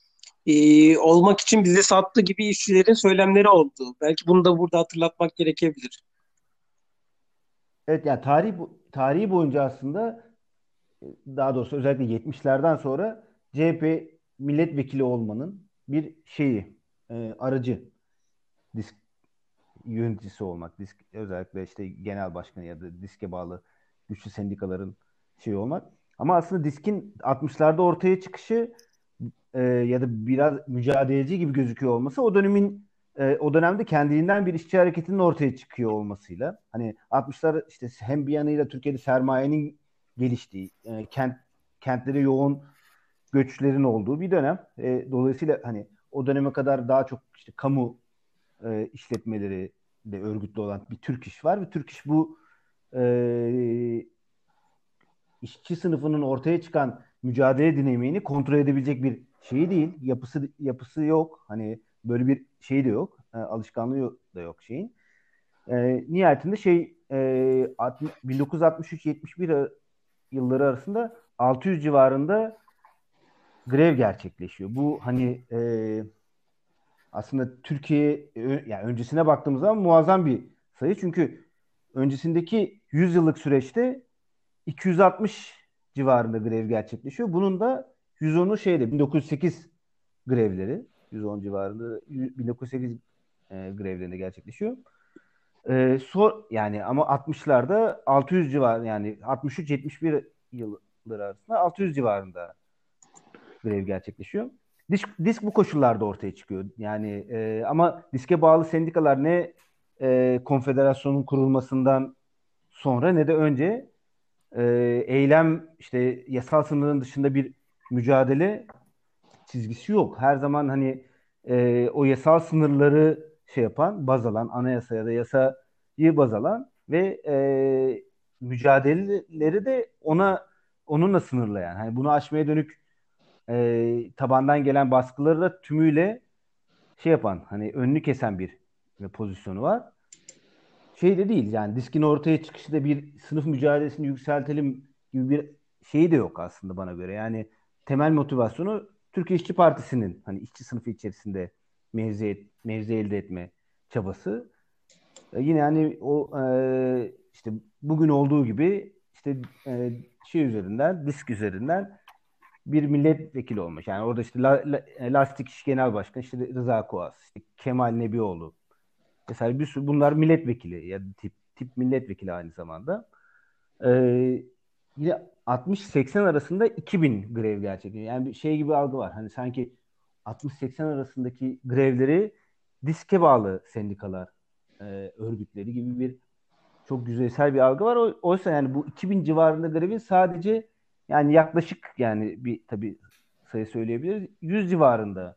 olmak için bizi sattı gibi işçilerin söylemleri oldu. Belki bunu da burada hatırlatmak gerekebilir. Evet, yani tarihi boyunca aslında, daha doğrusu özellikle 70'lerden sonra CHP milletvekili olmanın bir şeyi, aracı, disk yöneticisi olmak, özellikle işte genel başkanı ya da diske bağlı güçlü sendikaların şey olmak. Ama aslında diskin 60'larda ortaya çıkışı, ya da biraz mücadeleci gibi gözüküyor olması o dönemde kendiliğinden bir işçi hareketinin ortaya çıkıyor olmasıyla, hani 60'lar işte hem bir yanıyla Türkiye'de sermayenin geliştiği, kentlere yoğun göçlerin olduğu bir dönem. Dolayısıyla hani o döneme kadar daha çok işte kamu işletmeleri de örgütlü olan bir Türk İş var ve Türk İş bu e, işçi sınıfının ortaya çıkan mücadele dinamiğini kontrol edebilecek bir şey değil. Yapısı yok. Hani böyle bir şey de yok. Alışkanlığı da yok şeyin. Nihayetinde 1963-71 yılları arasında 600 civarında grev gerçekleşiyor. Bu hani aslında yani öncesine baktığımız zaman muazzam bir sayı. Çünkü öncesindeki 100 yıllık süreçte 260 civarında grev gerçekleşiyor. Bunun da 110'u 1908 grevleri, 110 civarında 1908 grevlerinde gerçekleşiyor. Yani ama 60'larda 600 civarı, yani 63-71 yılları arasında 600 civarında grev gerçekleşiyor. Disk bu koşullarda ortaya çıkıyor. Yani ama diske bağlı sendikalar ne konfederasyonun kurulmasından sonra ne de önce e, eylem, işte yasal sınırın dışında bir mücadele çizgisi yok. Her zaman hani o yasal sınırları baz alan, anayasa ya da yasayı baz alan ve mücadeleleri de onunla sınırlayan. Hani bunu aşmaya dönük tabandan gelen baskıları da tümüyle hani önünü kesen bir pozisyonu var. Şey de değil, yani diskin ortaya çıkışı da bir sınıf mücadelesini yükseltelim gibi bir şeyi de yok aslında bana göre. Yani temel motivasyonu Türkiye İşçi Partisi'nin hani işçi sınıfı içerisinde mevzi elde etme çabası. Yine hani işte bugün olduğu gibi işte disk üzerinden bir milletvekili olmuş. Yani orada işte Lastik İş Genel Başkanı işte Rıza Kuas, işte Kemal Nebioğlu, mesela bir sürü bunlar milletvekili ya da tip milletvekili aynı zamanda. Ee, Yine 60-80 arasında 2000 grev gerçekleşiyor. Yani bir şey gibi algı var. Hani sanki 60-80 arasındaki grevleri diske bağlı sendikalar örgütleri gibi bir çok yüzeysel bir algı var. Oysa yani bu 2000 civarında grevin sadece, yani yaklaşık, yani bir tabii sayı söyleyebiliriz, 100 civarında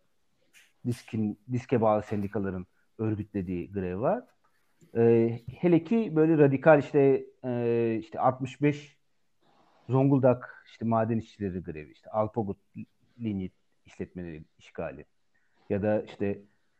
diske bağlı sendikaların örgütlediği grev var. Hele ki böyle radikal işte 65 Zonguldak işte maden işçileri grevi, işte Alpagut linyit işletmeleri işgali ya da işte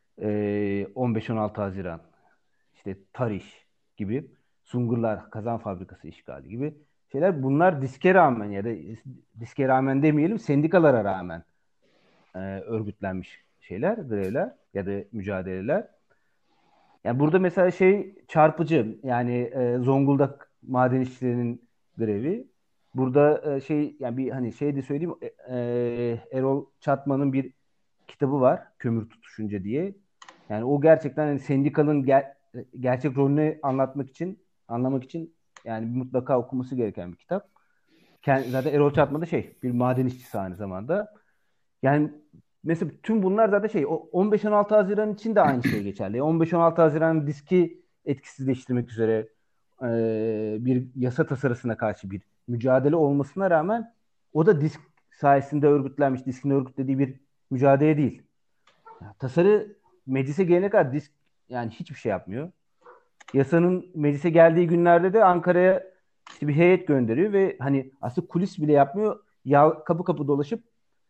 15-16 Haziran, işte Tariş gibi, Sungurlar Kazan Fabrikası işgali gibi şeyler, bunlar diske rağmen ya da diske rağmen demeyelim, sendikalara rağmen örgütlenmiş grevler ya da mücadeleler. Yani burada mesela çarpıcı, yani Zonguldak maden işçilerinin grevi. Burada yani bir hani de söyleyeyim, Erol Çatman'ın bir kitabı var, Kömür Tutuşunca diye. Yani o gerçekten hani sendikanın gerçek rolünü anlamak için yani mutlaka okunması gereken bir kitap. Zaten Erol Çatman da bir maden işçisi aynı zamanda. Yani mesela tüm bunlar zaten 15-16 Haziran için de aynı şey geçerli. 15-16 Haziran diski etkisizleştirmek üzere bir yasa tasarısına karşı bir mücadele olmasına rağmen, o da disk sayesinde örgütlenmiş, diskin örgütlediği bir mücadele değil. Yani tasarı meclise gelene kadar disk yani hiçbir şey yapmıyor. Yasanın meclise geldiği günlerde de Ankara'ya işte bir heyet gönderiyor ve hani aslında kulis bile yapmıyor. Kapı kapı dolaşıp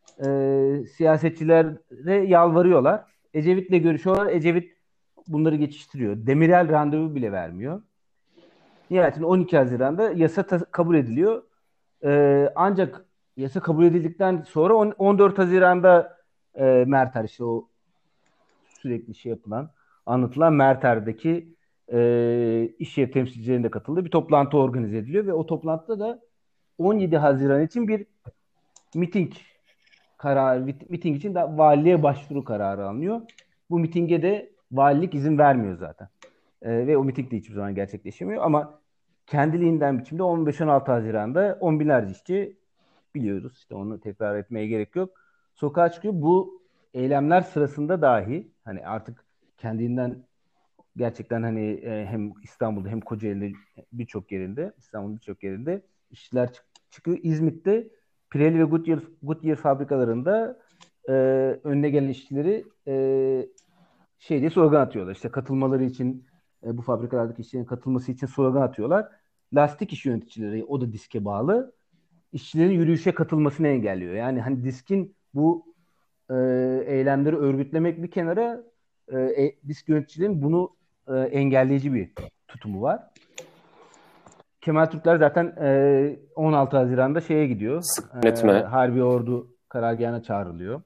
siyasetçilere yalvarıyorlar. Ecevit'le görüşüyorlar. Ecevit bunları geçiştiriyor. Demirel randevu bile vermiyor. Nihayetinde 12 Haziran'da yasa kabul ediliyor. Ancak yasa kabul edildikten sonra 14 Haziran'da Merter işte o sürekli şey yapılan, anlatılan Merter'deki iş yeri temsilcilerinin de katıldığı bir toplantı organize ediliyor ve o toplantıda da 17 Haziran için bir miting miting için de valiliğe başvuru kararı alınıyor. Bu mitinge de valilik izin vermiyor zaten. Ve o miting de hiçbir zaman gerçekleşemiyor ama kendiliğinden biçimde 15-16 Haziran'da on binlerce işçi, biliyoruz işte, onu tekrar etmeye gerek yok, sokağa çıkıyor. Bu eylemler sırasında dahi hani artık kendinden gerçekten hani hem İstanbul'da hem Kocaeli'de birçok yerinde, İstanbul'un birçok yerinde işçiler çıkıyor. İzmit'te Pirelli ve Goodyear fabrikalarında önüne gelen işçileri şey diye slogan atıyorlar. İşte katılmaları için, bu fabrikalardaki işçilerin katılması için slogan atıyorlar. Lastik iş yöneticileri, o da diske bağlı, işçilerin yürüyüşe katılmasını engelliyor. Yani hani diskin bu eylemleri örgütlemek bir kenara, disk yöneticilerin bunu engelleyici bir tutumu var. Kemal Türkler zaten 16 Haziran'da şeye gidiyor. Harbi Ordu karargahına çağrılıyor.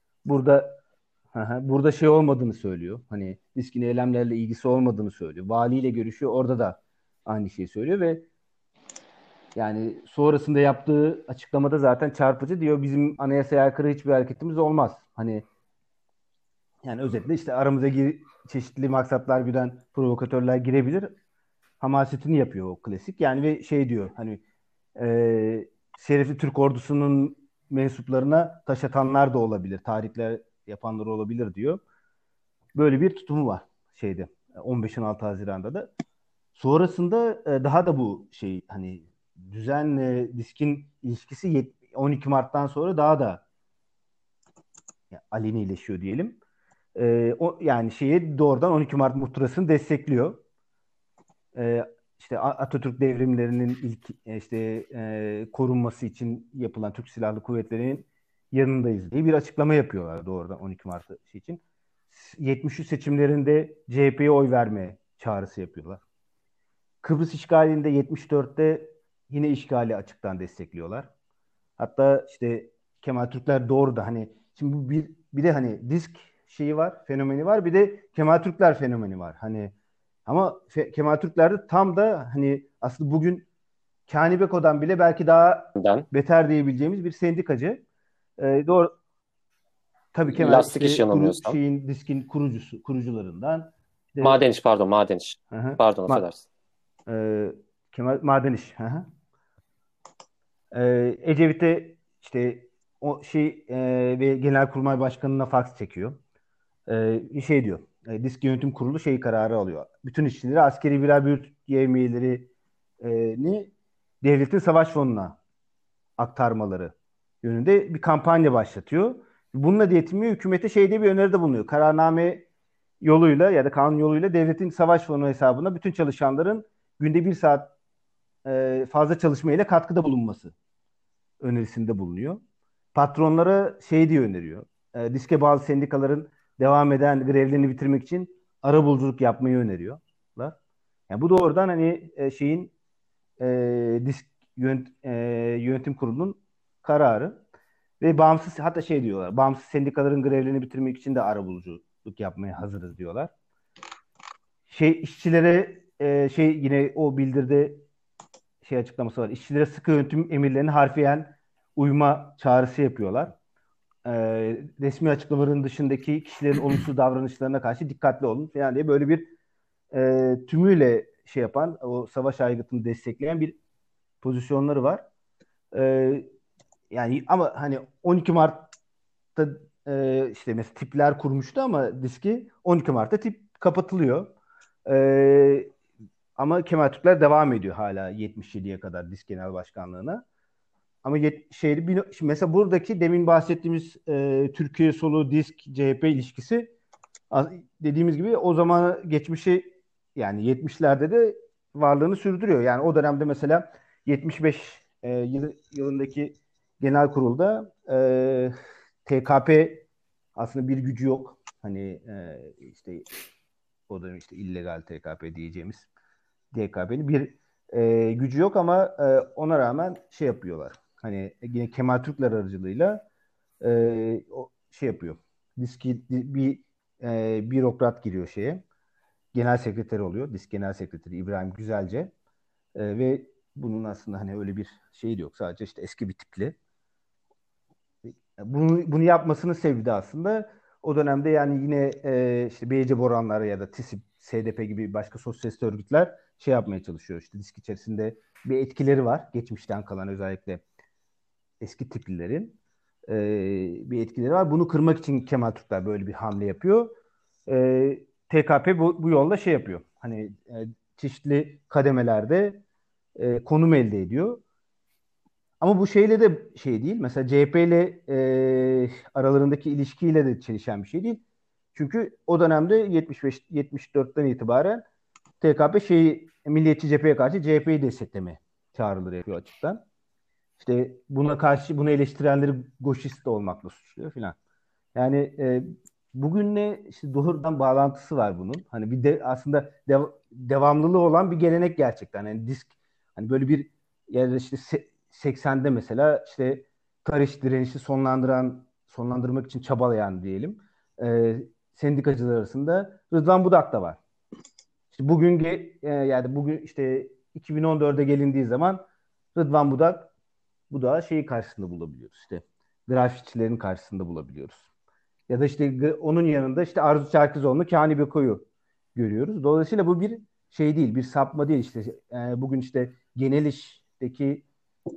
Burada şey olmadığını söylüyor. Hani diskin eylemlerle ilgisi olmadığını söylüyor. Valiyle görüşüyor. Orada da aynı şeyi söylüyor ve yani sonrasında yaptığı açıklamada zaten çarpıcı, diyor. Bizim anayasaya aykırı hiçbir hareketimiz olmaz. Hani yani özetle işte aramıza çeşitli maksatlar güden provokatörler girebilir. Hamasetini yapıyor o klasik. Yani ve şey diyor hani şerefli Türk ordusunun mensuplarına taş atanlar da olabilir. Tahrikler yapanlar olabilir diyor. Böyle bir tutumu var şeyde 15-16 Haziran'da da. Sonrasında daha da bu şey hani düzenle diskin ilişkisi 12 Mart'tan sonra daha da alenileşiyor diyelim. Yani şeyi doğrudan 12 Mart muhtırasını destekliyor. İşte Atatürk devrimlerinin ilk korunması için yapılan Türk Silahlı Kuvvetleri'nin yanındayız diye bir açıklama yapıyorlar doğrudan 12 Mart için. 73 seçimlerinde CHP'ye oy verme çağrısı yapıyorlar. Kıbrıs işgalinde 74'te yine işgali açıktan destekliyorlar. Hatta işte Kemal Türkler doğru da hani şimdi bu bir de hani disk şeyi var, fenomeni var. Bir de Kemal Türkler fenomeni var. Hani ama Kemal Türkler'de tam da hani aslında bugün Kani Beko'dan bile belki daha beter diyebileceğimiz bir sendikacı. Doğru. Tabii Kemal Lastik iş yanılmıyorsam. diskin kurucularından. Maden iş. Hı-hı. Pardon, affedersin. Kemal Maden iş. Ecevit'e işte o ve Genelkurmay Başkanı'na faks çekiyor. Şey diyor. Disk Yönetim Kurulu kararı alıyor. Bütün işçileri askeri birer bürüt yevmiyelerini devletin savaş fonuna aktarmaları yönünde bir kampanya başlatıyor. Bununla da yetinmiyor. Hükümete bir öneride bulunuyor. Kararname yoluyla ya da kanun yoluyla devletin savaş fonu hesabına bütün çalışanların günde 1 saat fazla çalışmayla katkıda bulunması önerisinde bulunuyor. Patronlara diye öneriyor. Diske bağlı sendikaların devam eden grevlerini bitirmek için arabuluculuk yapmayı öneriyorlar. Yani bu doğrudan hani disk yönetim kurulunun kararı ve bağımsız, hatta diyorlar. Bağımsız sendikaların grevlerini bitirmek için de arabuluculuk yapmaya hazırız diyorlar. İşçilere yine o bildirde açıklaması var. İşçilere sıkı yönetim emirlerine harfiyen uyma çağrısı yapıyorlar. Resmi açıklamaların dışındaki kişilerin olumsuz davranışlarına karşı dikkatli olun falan diye böyle bir tümüyle yapan, o savaş aygıtını destekleyen bir pozisyonları var. Yani ama hani 12 Mart'ta işte mesela tipler kurmuştu ama diski 12 Mart'ta tip kapatılıyor. Ama Kemal Türkler devam ediyor hala 77'ye kadar disk genel başkanlığına. Ama mesela buradaki demin bahsettiğimiz Türkiye solu disk CHP ilişkisi dediğimiz gibi o zaman geçmişi, yani 70'lerde de varlığını sürdürüyor. Yani o dönemde mesela 75 yılındaki genel kurulda TKP aslında bir gücü yok. Hani işte o dönem işte illegal TKP diyeceğimiz DKP'nin bir gücü yok ama ona rağmen yapıyorlar. Hani yine Kemal Türkler aracılığıyla yapıyor. Bir bürokrat giriyor şeye. Genel sekreteri oluyor. Disk genel sekreteri İbrahim Güzelce. Ve bunun aslında hani öyle bir şeyi de yok. Sadece işte eski bir tipli. Bunu yapmasının sebebi de aslında o dönemde yani yine işte BC Boranları ya da TİSİP, SDP gibi başka sosyalist örgütler şey yapmaya çalışıyor. İşte disk içerisinde bir etkileri var. Geçmişten kalan özellikle eski tiplilerin bir etkileri var. Bunu kırmak için Kemal Türkler böyle bir hamle yapıyor. TKP bu yolda şey yapıyor. Hani çeşitli kademelerde konum elde ediyor. Ama bu şeyle de şey değil. Mesela CHP ile aralarındaki ilişkiyle de çelişen bir şey değil. Çünkü o dönemde 75-74'ten itibaren TKP Milliyetçi Cephe'ye karşı CHP'yi destekleme çağrıları yapıyor açıktan. İşte buna karşı bunu eleştirenleri goşist olmakla suçluyor filan. Yani bugünle işte doğrudan bağlantısı var bunun. Hani bir de aslında devamlılığı olan bir gelenek gerçekten. Yani disk hani böyle bir yerde işte 80'de mesela işte Karış direnişi sonlandırmak için çabalayan diyelim. Sendikacılar arasında Rıdvan Budak da var. İşte yani bugün işte 2014'e gelindiği zaman Rıdvan Budak'ı şeyi karşısında bulabiliyoruz. İşte grafitçilerin karşısında bulabiliyoruz. Ya da işte onun yanında işte Arzu Çerkezoğlu'nu, Kani Beko'yu görüyoruz. Dolayısıyla bu bir şey değil, bir sapma değil. İşte bugün işte genel işteki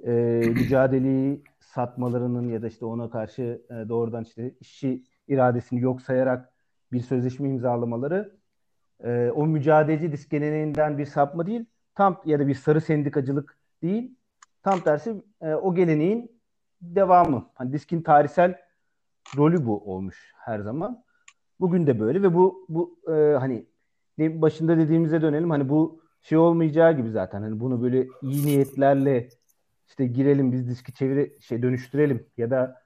mücadeleyi satmalarının ya da işte ona karşı doğrudan işte işçi iradesini yok sayarak bir sözleşme imzalamaları o mücadeleci disk geleneğinden bir sapma değil, tam ya da bir sarı sendikacılık değil, tam tersi o geleneğin devamı. Hani diskin tarihsel rolü bu olmuş her zaman. Bugün de böyle ve bu hani başında dediğimize dönelim. Hani bu şey olmayacağı gibi zaten. Hani bunu böyle iyi niyetlerle işte girelim biz diski dönüştürelim ya da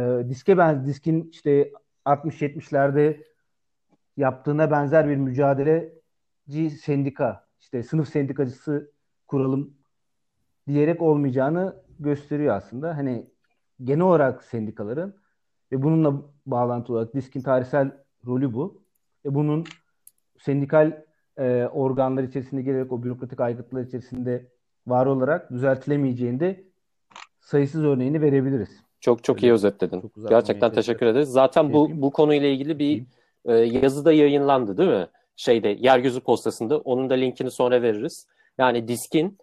diskin işte 60-70'lerde yaptığına benzer bir mücadeleci sendika, işte sınıf sendikacısı kuralım diyerek olmayacağını gösteriyor aslında. Hani genel olarak sendikaların ve bununla bağlantılı olarak diskin tarihsel rolü bu. Ve bunun sendikal organlar içerisinde gelerek o bürokratik aygıtlar içerisinde var olarak düzeltilemeyeceğini de sayısız örneğini verebiliriz. Çok çok iyi özetledin. Gerçekten teşekkür ederiz. Zaten bu konuyla ilgili bir yazı da yayınlandı değil mi? Yeryüzü Postası'nda. Onun da linkini sonra veririz. Yani diskin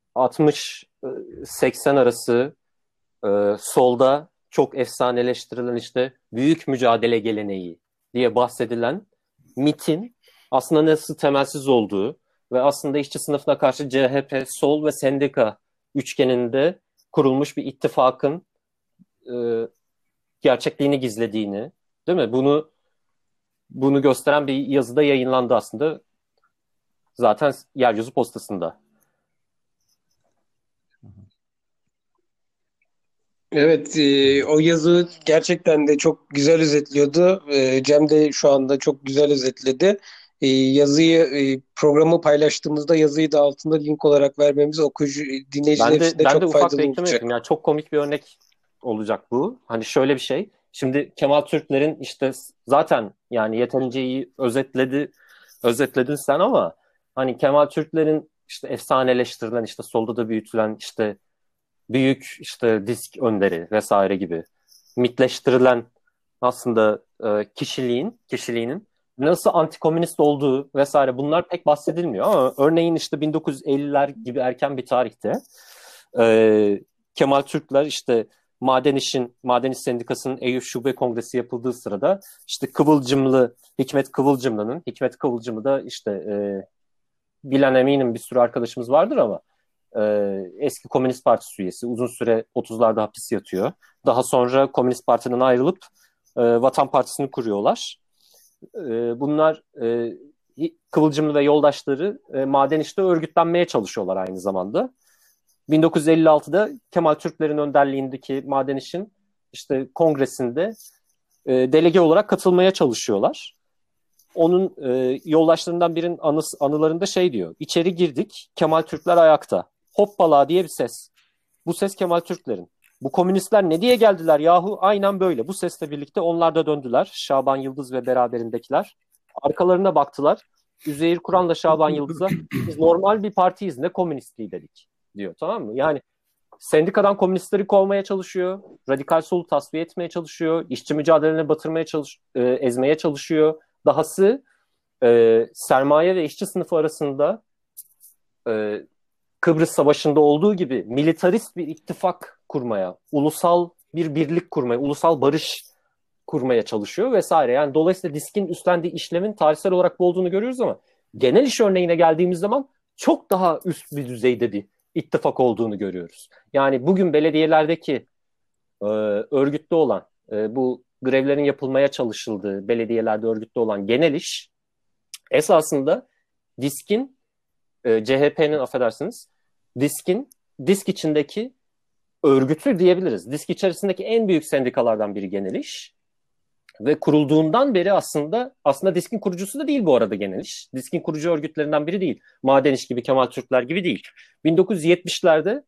60-80 arası solda çok efsaneleştirilen işte büyük mücadele geleneği diye bahsedilen MİT'in aslında nasıl temelsiz olduğu ve aslında işçi sınıfına karşı CHP, sol ve sendika üçgeninde kurulmuş bir ittifakın gerçekliğini gizlediğini, değil mi? Bunu gösteren bir yazıda yayınlandı aslında. Zaten Yeryüzü Postası'nda. Evet, o yazı gerçekten de çok güzel özetliyordu. Cem de şu anda çok güzel özetledi. Programı paylaştığımızda yazıyı da altında link olarak vermemiz dinleyiciler için de Ben de çok ufak faydalı bir ekleme olacak. yapayım. Yani çok komik bir örnek olacak bu. Hani şöyle bir şey. Şimdi Kemal Türkler'in işte zaten yani yeterince iyi özetledin sen ama hani Kemal Türkler'in işte efsaneleştirilen işte solda da büyütülen işte büyük işte disk önderi vesaire gibi mitleştirilen aslında kişiliğinin nasıl antikomünist olduğu vesaire bunlar pek bahsedilmiyor ama örneğin işte 1950'ler gibi erken bir tarihte Kemal Türkler işte Maden İş Sendikası'nın Eyüp Şube Kongresi yapıldığı sırada işte Hikmet Kıvılcımlı da işte bilen eminim bir sürü arkadaşımız vardır ama eski Komünist Partisi üyesi. Uzun süre 30'larda hapis yatıyor. Daha sonra Komünist Parti'den ayrılıp Vatan Partisi'ni kuruyorlar. Bunlar Kıvılcımlı ve yoldaşları maden işte örgütlenmeye çalışıyorlar aynı zamanda. 1956'da Kemal Türkler'in önderliğindeki Maden İş'in işte kongresinde delege olarak katılmaya çalışıyorlar. Onun yoldaşlarından birinin anılarında şey diyor. İçeri girdik, Kemal Türkler ayakta. Hoppala diye bir ses. Bu ses Kemal Türkler'in. Bu komünistler ne diye geldiler yahu? Aynen böyle. Bu sesle birlikte onlar da döndüler. Şaban Yıldız ve beraberindekiler. Arkalarına baktılar. Üzeyir Kur'an da Şaban Yıldız'a biz normal bir partiyiz, ne komünistliği dedik diyor, tamam mı? Yani sendikadan komünistleri kovmaya çalışıyor. Radikal solu tasfiye etmeye çalışıyor. İşçi mücadelene batırmaya ezmeye çalışıyor. Dahası sermaye ve işçi sınıfı arasında Kıbrıs Savaşı'nda olduğu gibi militarist bir ittifak kurmaya, ulusal bir birlik kurmaya, ulusal barış kurmaya çalışıyor vesaire. Yani dolayısıyla DİSK'in üstlendiği işlemin tarihsel olarak bu olduğunu görüyoruz ama genel iş örneğine geldiğimiz zaman çok daha üst bir düzeyde bir ittifak olduğunu görüyoruz. Yani bugün belediyelerdeki örgütlü olan, bu grevlerin yapılmaya çalışıldığı belediyelerde örgütlü olan genel iş esasında DİSK'in, CHP'nin affedersiniz, DİSK içindeki örgütü diyebiliriz. DİSK içerisindeki en büyük sendikalardan biri genel iş. Ve kurulduğundan beri aslında DİSK'in kurucusu da değil bu arada genel iş. DİSK'in kurucu örgütlerinden biri değil. Maden İş gibi, Kemal Türkler gibi değil. 1970'lerde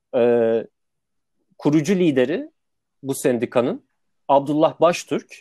kurucu lideri bu sendikanın Abdullah Baştürk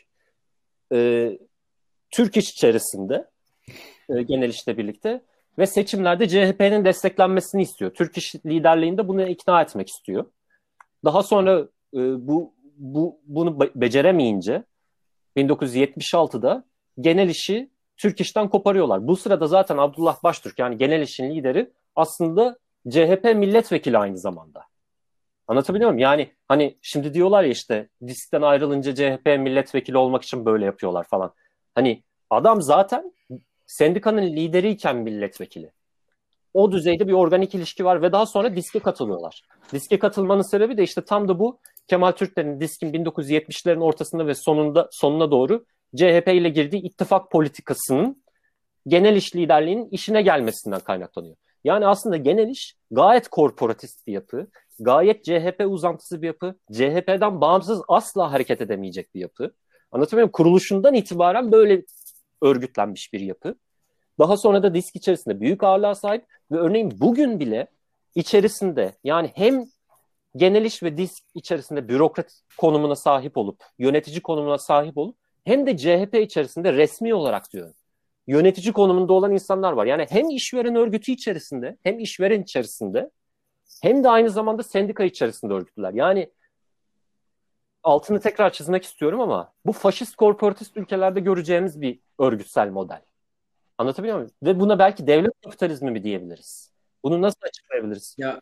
Türk İş içerisinde genel işle birlikte ve seçimlerde CHP'nin desteklenmesini istiyor. Türk İş liderliğinde bunu ikna etmek istiyor. Daha sonra bunu beceremeyince 1976'da genel işi Türk İş'ten koparıyorlar. Bu sırada zaten Abdullah Baştürk, yani genel işin lideri, aslında CHP milletvekili aynı zamanda. Anlatabiliyor muyum? Yani hani şimdi diyorlar ya işte DİSK'ten ayrılınca CHP milletvekili olmak için böyle yapıyorlar falan. Hani adam zaten sendikanın lideriyken milletvekili. O düzeyde bir organik ilişki var ve daha sonra DİSK'e katılıyorlar. DİSK'e katılmanın sebebi de işte tam da bu Kemal Türkler'in DİSK'in 1970'lerin ortasında ve sonuna doğru CHP ile girdiği ittifak politikasının genel iş liderliğinin işine gelmesinden kaynaklanıyor. Yani aslında genel iş gayet korporatist bir yapı, gayet CHP uzantısı bir yapı, CHP'den bağımsız asla hareket edemeyecek bir yapı. Anlatabiliyor muyum? Kuruluşundan itibaren böyle örgütlenmiş bir yapı. Daha sonra da DİSK içerisinde büyük ağırlığa sahip ve örneğin bugün bile içerisinde, yani hem genel iş ve DİSK içerisinde bürokrat konumuna sahip olup, yönetici konumuna sahip olup, hem de CHP içerisinde resmi olarak diyorum, yönetici konumunda olan insanlar var. Yani hem işveren örgütü içerisinde, hem işveren içerisinde, hem de aynı zamanda sendika içerisinde örgütlüler. Yani altını tekrar çizmek istiyorum ama bu faşist korporatist ülkelerde göreceğimiz bir örgütsel model. Anlatabiliyor muyum? Ve buna belki devlet kapitalizmi mi diyebiliriz? Bunu nasıl açıklayabiliriz? Ya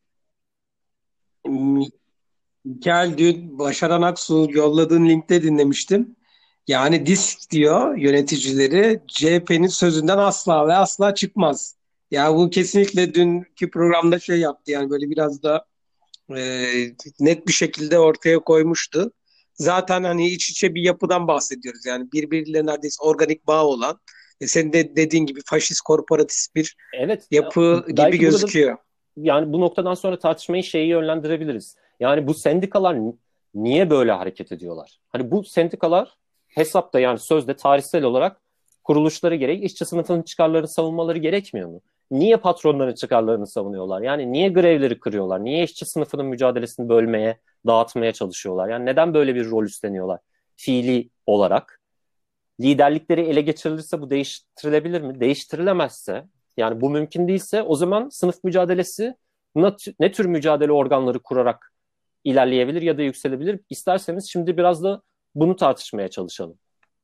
Mikael, dün Başaran Aksu yolladığın linkte dinlemiştim. Yani disk diyor yöneticileri CHP'nin sözünden asla ve asla çıkmaz. Ya bu kesinlikle dünkü programda şey yaptı, yani böyle biraz da net bir şekilde ortaya koymuştu. Zaten hani iç içe bir yapıdan bahsediyoruz. Yani birbiriyle neredeyse organik bağ olan, senin de dediğin gibi faşist korporatist bir Evet, yapı gibi belki burada gözüküyor. yani bu noktadan sonra tartışmayı şeyi yönlendirebiliriz. Yani bu sendikalar niye böyle hareket ediyorlar? Hani bu sendikalar hesapta, yani sözde tarihsel olarak kuruluşları gereği işçi sınıfının çıkarlarını savunmaları gerekmiyor mu? Niye patronların çıkarlarını savunuyorlar? Yani niye grevleri kırıyorlar? Niye işçi sınıfının mücadelesini bölmeye, dağıtmaya çalışıyorlar? Yani neden böyle bir rol üstleniyorlar fiili olarak? Liderlikleri ele geçirilirse bu değiştirilebilir mi? Değiştirilemezse, yani bu mümkün değilse, o zaman sınıf mücadelesi ne tür mücadele organları kurarak ilerleyebilir ya da yükselebilir? İsterseniz şimdi biraz da bunu tartışmaya çalışalım.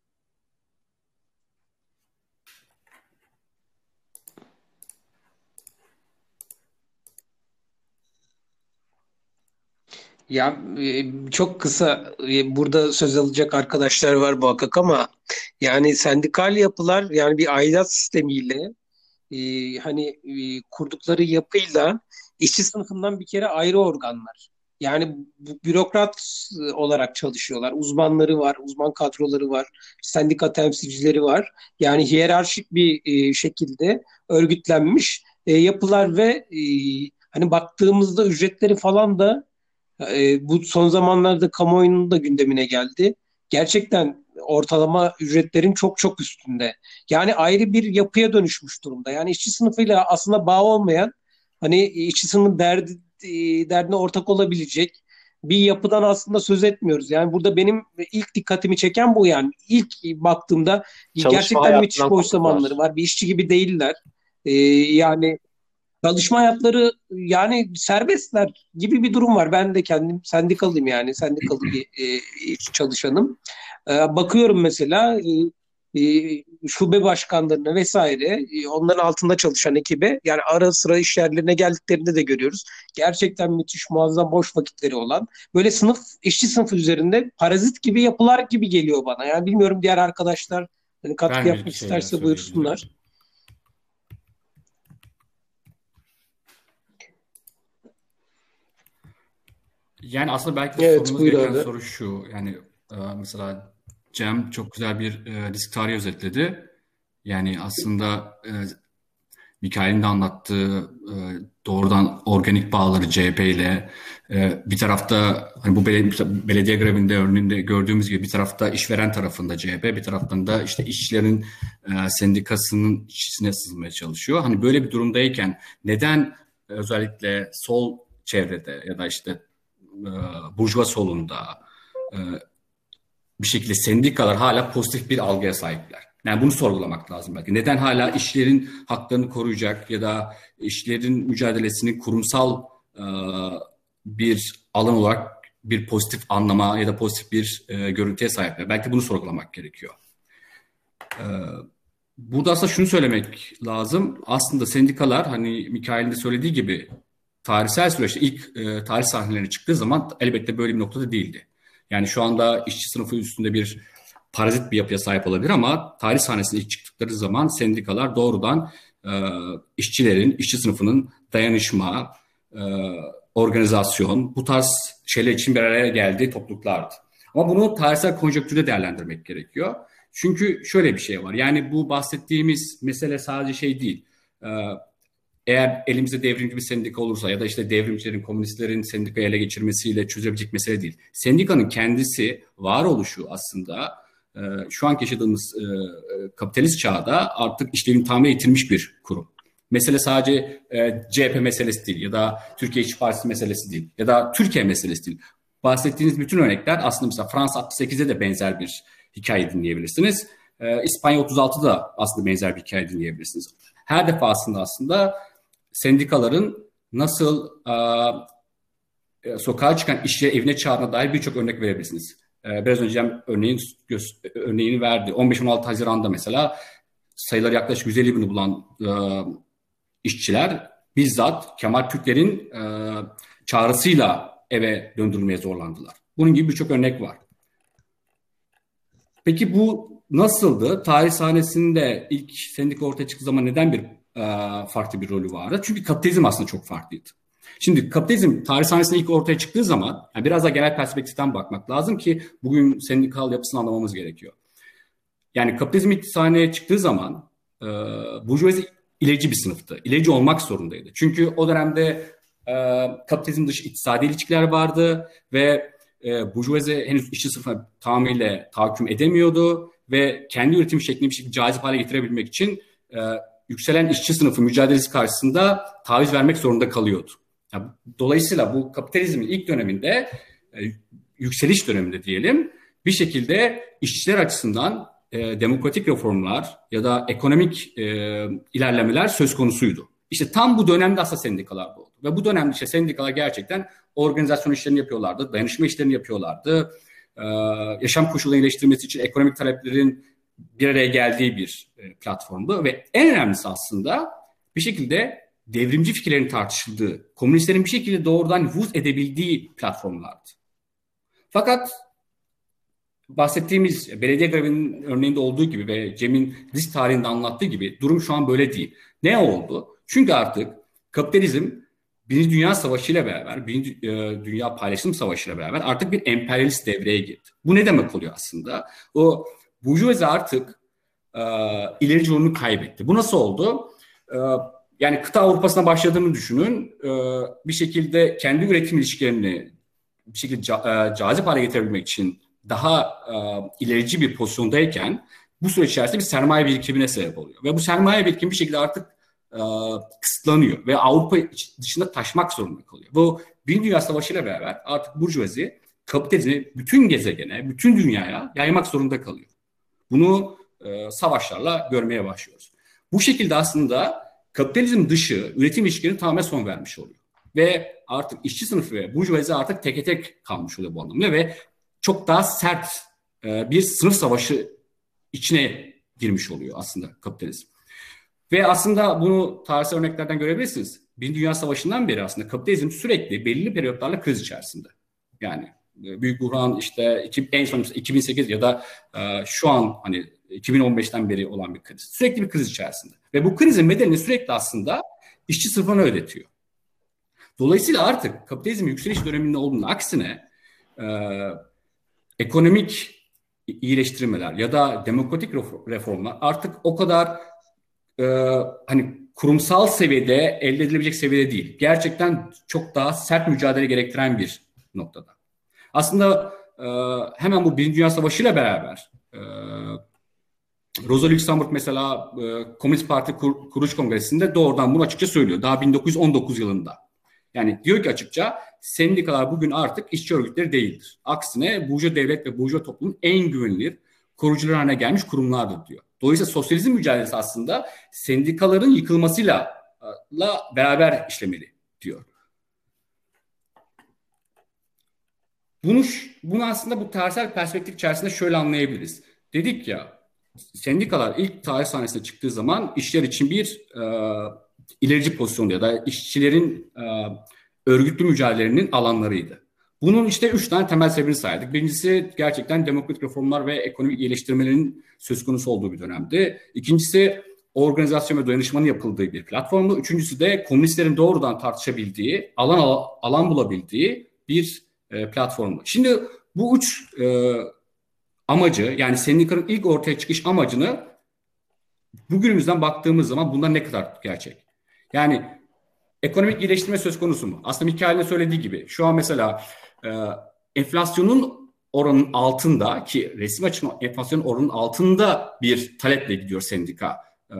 Ya çok kısa, burada söz alacak arkadaşlar var muhakkak ama yani sendikal yapılar, yani bir aidat sistemiyle hani kurdukları yapıyla işçi sınıfından bir kere ayrı organlar. Yani bu bürokrat olarak çalışıyorlar. Uzmanları var, uzman kadroları var, sendika temsilcileri var. Yani hiyerarşik bir şekilde örgütlenmiş yapılar ve hani baktığımızda ücretleri falan da bu son zamanlarda kamuoyunun da gündemine geldi. Gerçekten ortalama ücretlerin çok çok üstünde. Yani ayrı bir yapıya dönüşmüş durumda. Yani işçi sınıfıyla aslında bağ olmayan, hani işçi sınıfın derdine ortak olabilecek, bir yapıdan aslında söz etmiyoruz. Yani burada benim ilk dikkatimi çeken bu yani. İlk baktığımda Çalışma gerçekten müthiş hayatından boş zamanları koptular. var. Bir işçi gibi değiller. Yani çalışma hayatları yani serbestler gibi bir durum var. Ben de kendim sendikalıyım yani. Sendikalı bir çalışanım. Bakıyorum mesela şube başkanlarına vesaire onların altında çalışan ekibe yani ara sıra iş yerlerine geldiklerinde de görüyoruz. Gerçekten müthiş muazzam boş vakitleri olan böyle işçi sınıfı üzerinde parazit gibi yapılar gibi geliyor bana. Yani bilmiyorum diğer arkadaşlar hani katkı Ben bir yapmak iki şeyler isterse buyursunlar. söyleyebilirim. Yani aslında belki Evet sormamız buyur gereken abi. soru şu. Yani mesela Cem çok güzel bir risk tarihi özetledi. Yani aslında Mikail'in de anlattığı doğrudan organik bağları CHP ile bir tarafta hani bu belediye grevinde örneğinde gördüğümüz gibi bir tarafta işveren tarafında CHP, bir taraftan da işte işçilerin sendikasının içine sızmaya çalışıyor. Hani böyle bir durumdayken neden özellikle sol çevrede ya da işte burjuva solunda e, bir şekilde sendikalar hala pozitif bir algıya sahipler. Yani bunu sorgulamak lazım belki. Neden hala işçilerin haklarını koruyacak ya da işçilerin mücadelesini kurumsal bir alan olarak bir pozitif anlama ya da pozitif bir görüntüye sahipler. Belki bunu sorgulamak gerekiyor. Burada aslında şunu söylemek lazım. Aslında sendikalar hani Mikail'in de söylediği gibi tarihsel süreçte ilk tarih sahnelerine çıktığı zaman elbette böyle bir noktada değildi. Yani şu anda işçi sınıfı üstünde bir parazit bir yapıya sahip olabilir ama tarih sahnesine ilk çıktıkları zaman sendikalar doğrudan işçilerin, işçi sınıfının dayanışma, e, organizasyon, bu tarz şeyler için bir araya geldiği topluluklardı. Ama bunu tarihsel konjonktürde değerlendirmek gerekiyor. Çünkü şöyle bir şey var. Yani bu bahsettiğimiz mesele sadece şey değil. Eğer elimizde devrimci bir sendika olursa ya da işte devrimcilerin, komünistlerin sendikayı ele geçirmesiyle çözebilecek mesele değil. Sendikanın kendisi, varoluşu aslında şu anki yaşadığımız kapitalist çağda artık işlevini tamamen yitirmiş bir kurum. Mesele sadece CHP meselesi değil ya da Türkiye İşçi Partisi meselesi değil ya da Türkiye meselesi değil. Bahsettiğiniz bütün örnekler aslında mesela Fransa 68'de de benzer bir hikaye dinleyebilirsiniz. İspanya 36'da da aslında benzer bir hikaye dinleyebilirsiniz. Her defasında aslında sendikaların nasıl sokağa çıkan işçileri evine çağırdığına dair birçok örnek verebilirsiniz. Biraz önce örneğini verdi. 15-16 Haziran'da mesela sayıları yaklaşık 150 bini bulan işçiler bizzat Kemal Türkler'in çağrısıyla eve döndürülmeye zorlandılar. Bunun gibi birçok örnek var. Peki bu nasıldı? Tarih sahnesinde ilk sendika ortaya çıktığı zaman neden bir farklı bir rolü vardı? Çünkü kapitalizm aslında çok farklıydı. Şimdi kapitalizm tarih sahnesinde ilk ortaya çıktığı zaman yani biraz da genel perspektiften bakmak lazım ki bugün sendikal yapısını anlamamız gerekiyor. Yani kapitalizm ilk sahneye çıktığı zaman burjuvazi ilerici bir sınıftı. İlerici olmak zorundaydı. Çünkü o dönemde kapitalizm dışı iktisadi ilişkiler vardı ve burjuvazi henüz işçi sınıfına tamamıyla tahakküm edemiyordu ve kendi üretim şeklini bir şekilde cazip hale getirebilmek için yükselen işçi sınıfı mücadelesi karşısında taviz vermek zorunda kalıyordu. Yani, dolayısıyla bu kapitalizmin ilk döneminde, yükseliş döneminde diyelim, bir şekilde işçiler açısından demokratik reformlar ya da ekonomik ilerlemeler söz konusuydu. İşte tam bu dönemde aslında sendikalar doğdu. Ve bu dönemde işte sendikalar gerçekten organizasyon işlerini yapıyorlardı, dayanışma işlerini yapıyorlardı. Yaşam koşullarını iyileştirmesi için ekonomik taleplerin bir araya geldiği bir platformdu. Ve en önemlisi aslında bir şekilde devrimci fikirlerin tartışıldığı, komünistlerin bir şekilde doğrudan nüfuz edebildiği platformlardı. Fakat bahsettiğimiz belediye grevinin örneğinde olduğu gibi ve Cem'in risk tarihinde anlattığı gibi durum şu an böyle değil. Ne oldu? Çünkü artık kapitalizm Birinci Dünya Savaşı ile beraber, Birinci Dünya Paylaşım Savaşı ile beraber artık bir emperyalist devreye girdi. Bu ne demek oluyor aslında? O burjuvazi artık ilerici rolünü kaybetti. Bu nasıl oldu? Yani kıta Avrupa'sına başladığını düşünün. Bir şekilde kendi üretim ilişkilerini bir şekilde cazip hale getirebilmek için daha ilerici bir pozisyondayken bu süreç içerisinde bir sermaye birikimine sebep oluyor. Ve bu sermaye birikimi bir şekilde artık kısıtlanıyor ve Avrupa dışında taşmak zorunda kalıyor. Bu Birinci Dünya Savaşı ile beraber artık burjuvazi kapitalizmi bütün gezegene, bütün dünyaya yaymak zorunda kalıyor. Bunu savaşlarla görmeye başlıyoruz. Bu şekilde aslında kapitalizm dışı üretim ilişkilerine tamamen son vermiş oluyor. Ve artık işçi sınıfı ve burjuvazi artık teke tek kalmış oluyor bu anlamda ve çok daha sert bir sınıf savaşı içine girmiş oluyor aslında kapitalizm. Ve aslında bunu tarihsel örneklerden görebilirsiniz. Birinci Dünya Savaşı'ndan beri aslında kapitalizm sürekli belirli periyotlarla kriz içerisinde. Yani büyük buhran işte en son 2008 ya da şu an hani 2015'ten beri olan bir kriz. Sürekli bir kriz içerisinde. Ve bu krizin bedelini sürekli aslında işçi sınıfına ödetiyor. Dolayısıyla artık kapitalizm yükseliş döneminde olduğunun aksine ekonomik iyileştirmeler ya da demokratik reformlar artık o kadar hani kurumsal seviyede elde edilebilecek seviyede değil. Gerçekten çok daha sert mücadele gerektiren bir noktada. Aslında hemen bu Birinci Dünya Savaşı ile beraber Rosa Luxemburg mesela Komünist Parti Kuruluş Kongresi'nde doğrudan bunu açıkça söylüyor. Daha 1919 yılında. Yani diyor ki açıkça sendikalar bugün artık işçi örgütleri değildir. Aksine burjuva devlet ve burjuva toplumun en güvenilir korucuları haline gelmiş kurumlardır diyor. Dolayısıyla sosyalizm mücadelesi aslında sendikaların yıkılmasıyla beraber işlemeli diyor. Bunu aslında bu tarihsel perspektif içerisinde şöyle anlayabiliriz. Dedik ya, sendikalar ilk tarih sahnesine çıktığı zaman işçiler için bir ilerici pozisyonda ya da işçilerin örgütlü mücadelelerinin alanlarıydı. Bunun işte 3 tane temel sebebini saydık. Birincisi gerçekten demokratik reformlar ve ekonomik iyileştirmelerin söz konusu olduğu bir dönemdi. İkincisi organizasyon ve dayanışmanın yapıldığı bir platformdu. Üçüncüsü de komünistlerin doğrudan tartışabildiği, alan bulabildiği bir platformdu. Şimdi bu üç amacı, yani sendikanın ilk ortaya çıkış amacını bugünümüzden baktığımız zaman bunlar ne kadar gerçek? Yani ekonomik iyileştirme söz konusu mu? Aslında Mikail'in söylediği gibi şu an mesela enflasyonun oranın altında, ki resmi açıdan enflasyonun oranın altında bir taleple gidiyor sendika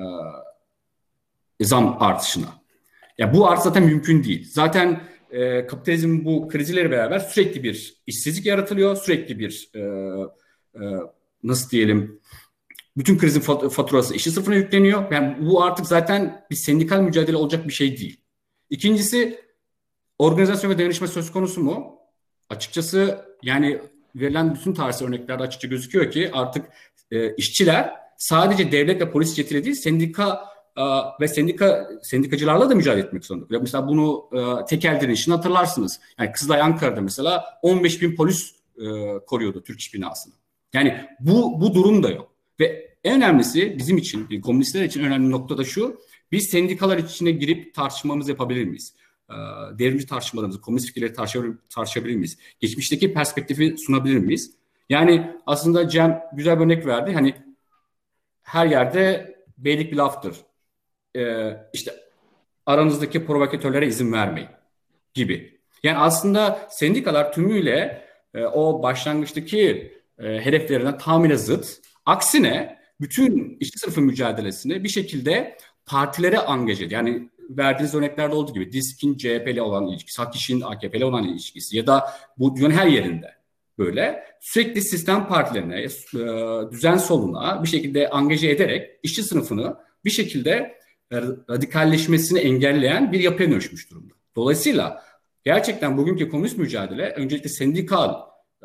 zam artışına. Ya bu artış zaten mümkün değil. Zaten kapitalizmin bu krizleri beraber sürekli bir işsizlik yaratılıyor. Sürekli bir nasıl diyelim, bütün krizin faturası işçi sınıfına yükleniyor. Yani bu artık zaten bir sendikal mücadele olacak bir şey değil. İkincisi, organizasyon ve dayanışma söz konusu mu? Açıkçası yani verilen bütün tarihsel örneklerde açıkça gözüküyor ki artık işçiler sadece devlet ve polis yetiyle değil, sendika ve sendikacılarla da mücadele etmek zorunda. Mesela bunu tekel direnişini hatırlarsınız. Yani Kızılay Ankara'da mesela 15 bin polis koruyordu Türk İş binasını. Yani bu durum da yok. Ve en önemlisi bizim için, komünistler için önemli nokta da şu: biz sendikalar içine girip tartışmamızı yapabilir miyiz? Devrimci tartışmalarımızı, komünist fikirleri tartışabilir miyiz? Geçmişteki perspektifi sunabilir miyiz? Yani aslında Cem güzel bir örnek verdi. Hani her yerde beylik bir laftır. İşte aranızdaki provokatörlere izin vermeyin gibi. Yani aslında sendikalar tümüyle o başlangıçtaki hedeflerine tamamıyla zıt. Aksine bütün işçi sınıfı mücadelesini bir şekilde partilere angaje ediyor. Yani verdiğiniz örneklerde olduğu gibi DİSK'in CHP'li olan ilişkisi, HAKİŞ'in AKP'li olan ilişkisi ya da bu dünyanın her yerinde böyle sürekli sistem partilerine, düzen soluna bir şekilde angaje ederek işçi sınıfını bir şekilde radikalleşmesini engelleyen bir yapıya dönüşmüş durumda. Dolayısıyla gerçekten bugünkü komünist mücadele öncelikle sendikal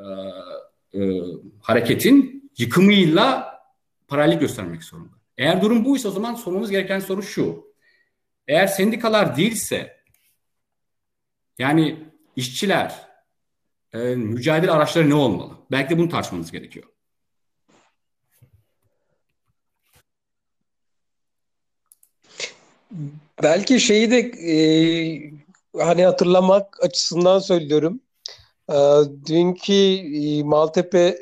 hareketin yıkımıyla paralellik göstermek zorunda. Eğer durum buysa o zaman sormamız gereken soru şu: eğer sendikalar değilse, yani işçiler, mücadele araçları ne olmalı? Belki de bunu tartışmamız gerekiyor. Belki şeyi de hani hatırlamak açısından söylüyorum. Dünkü Maltepe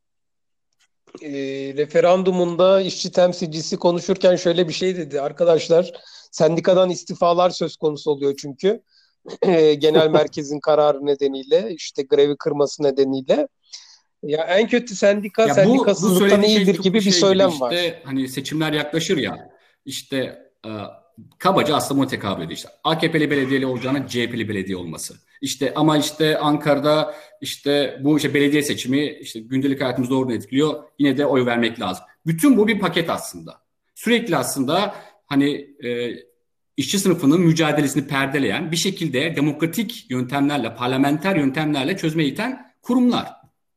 referandumunda işçi temsilcisi konuşurken şöyle bir şey dedi. Arkadaşlar, sendikadan istifalar söz konusu oluyor çünkü. Genel merkezin kararı nedeniyle, işte grevi kırması nedeniyle. Ya en kötü sendika sendikasızlıktan iyidir gibi bir söylem var. İşte hani seçimler yaklaşır ya, işte kabaca aslında buna tekabül ediyor işte. AKP'li belediyeli olacağına CHP'li belediye olması. İşte ama işte Ankara'da işte bu işte belediye seçimi işte gündelik hayatımızı doğrudan etkiliyor. Yine de oy vermek lazım. Bütün bu bir paket aslında. Sürekli aslında hani işçi sınıfının mücadelesini perdeleyen bir şekilde demokratik yöntemlerle, parlamenter yöntemlerle çözmeye iten kurumlar.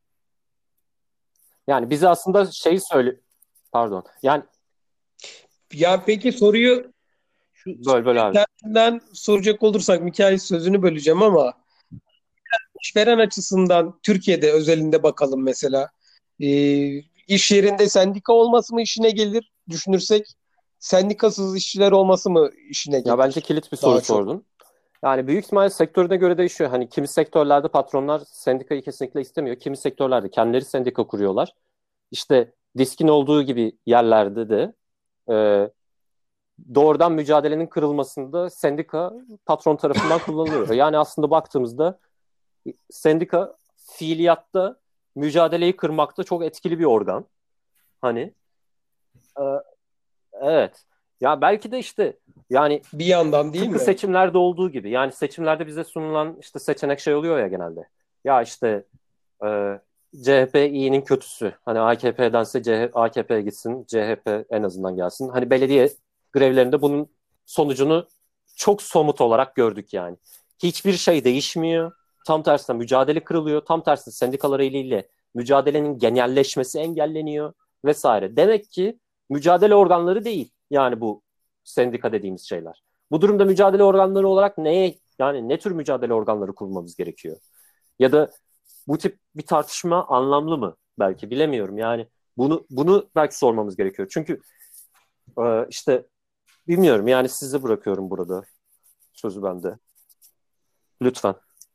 Yani bize aslında şeyi söyle, pardon. Yani Ya peki soruyu böyle abi. tersinden soracak olursak, Mikail sözünü böleceğim ama işveren açısından Türkiye'de özelinde bakalım mesela. İş yerinde sendika olması mı işine gelir düşünürsek, sendikasız işçiler olması mı işine Ya bence gelir kilit bir soru daha çok? sordun. Yani büyük ihtimalle sektörüne göre değişiyor. Hani kimi sektörlerde patronlar sendikayı kesinlikle istemiyor. Kimi sektörlerde kendileri sendika kuruyorlar. İşte diskin olduğu gibi yerlerde de e, doğrudan mücadelenin kırılmasında sendika patron tarafından kullanılıyor. Yani aslında baktığımızda sendika fiiliyatta mücadeleyi kırmakta çok etkili bir organ. Hani e, evet. Ya belki de işte yani Bir yandan değil tıpkı mi? seçimlerde olduğu gibi. Yani seçimlerde bize sunulan işte seçenek şey oluyor ya genelde. Ya işte CHP iyinin kötüsü. Hani AKP'dense AKP'ye gitsin, CHP en azından gelsin. Hani belediye grevlerinde bunun sonucunu çok somut olarak gördük yani. Hiçbir şey değişmiyor. Tam tersine mücadele kırılıyor. Tam tersine sendikalar eliyle mücadelenin genelleşmesi engelleniyor vesaire. Demek ki mücadele organları değil yani bu sendika dediğimiz şeyler. Bu durumda mücadele organları olarak neye yani ne tür mücadele organları kurmamız gerekiyor? Ya da bu tip bir tartışma anlamlı mı? Belki bilemiyorum. Yani bunu belki sormamız gerekiyor. Çünkü işte bilmiyorum. Yani size bırakıyorum burada sözü bende. Lütfen.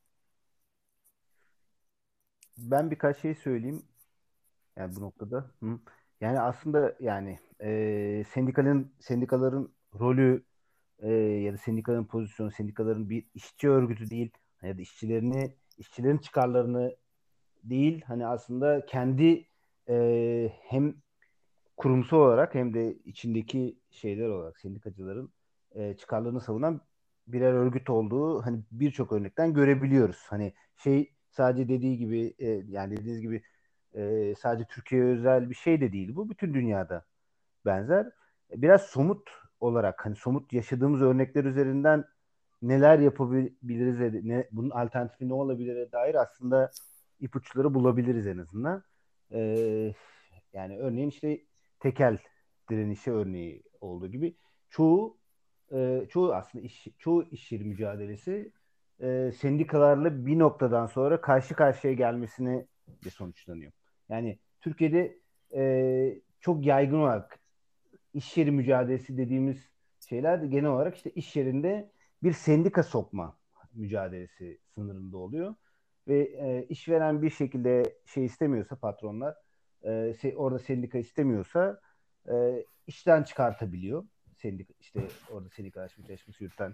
Ben birkaç şey söyleyeyim yani bu noktada. Hı. Yani aslında yani sendikaların rolü ya da sendikaların pozisyonu, sendikaların bir işçi örgütü değil ya da işçilerin çıkarlarını değil, hani aslında kendi hem kurumsal olarak hem de içindeki şeyler olarak sendikacıların çıkarlarını savunan birer örgüt olduğu hani birçok örnekten görebiliyoruz. Hani şey sadece dediği gibi yani dediğiniz gibi sadece Türkiye'ye özel bir şey de değil. Bu bütün dünyada benzer. Biraz somut olarak hani somut yaşadığımız örnekler üzerinden neler yapabiliriz, bunun alternatifi ne olabilir dair aslında ipuçları bulabiliriz en azından. Ee, Yani örneğin işte tekel direnişi örneği olduğu gibi çoğu aslında çoğu iş yeri mücadelesi sendikalarla bir noktadan sonra karşı karşıya gelmesine de sonuçlanıyor. Yani Türkiye'de çok yaygın olarak iş yeri mücadelesi dediğimiz şeyler de genel olarak işte iş yerinde bir sendika sokma mücadelesi sınırında oluyor. Ve işveren bir şekilde şey istemiyorsa patronlar orada sendika istemiyorsa işten çıkartabiliyor. İşte orada sendikalaşma çalışması yürüten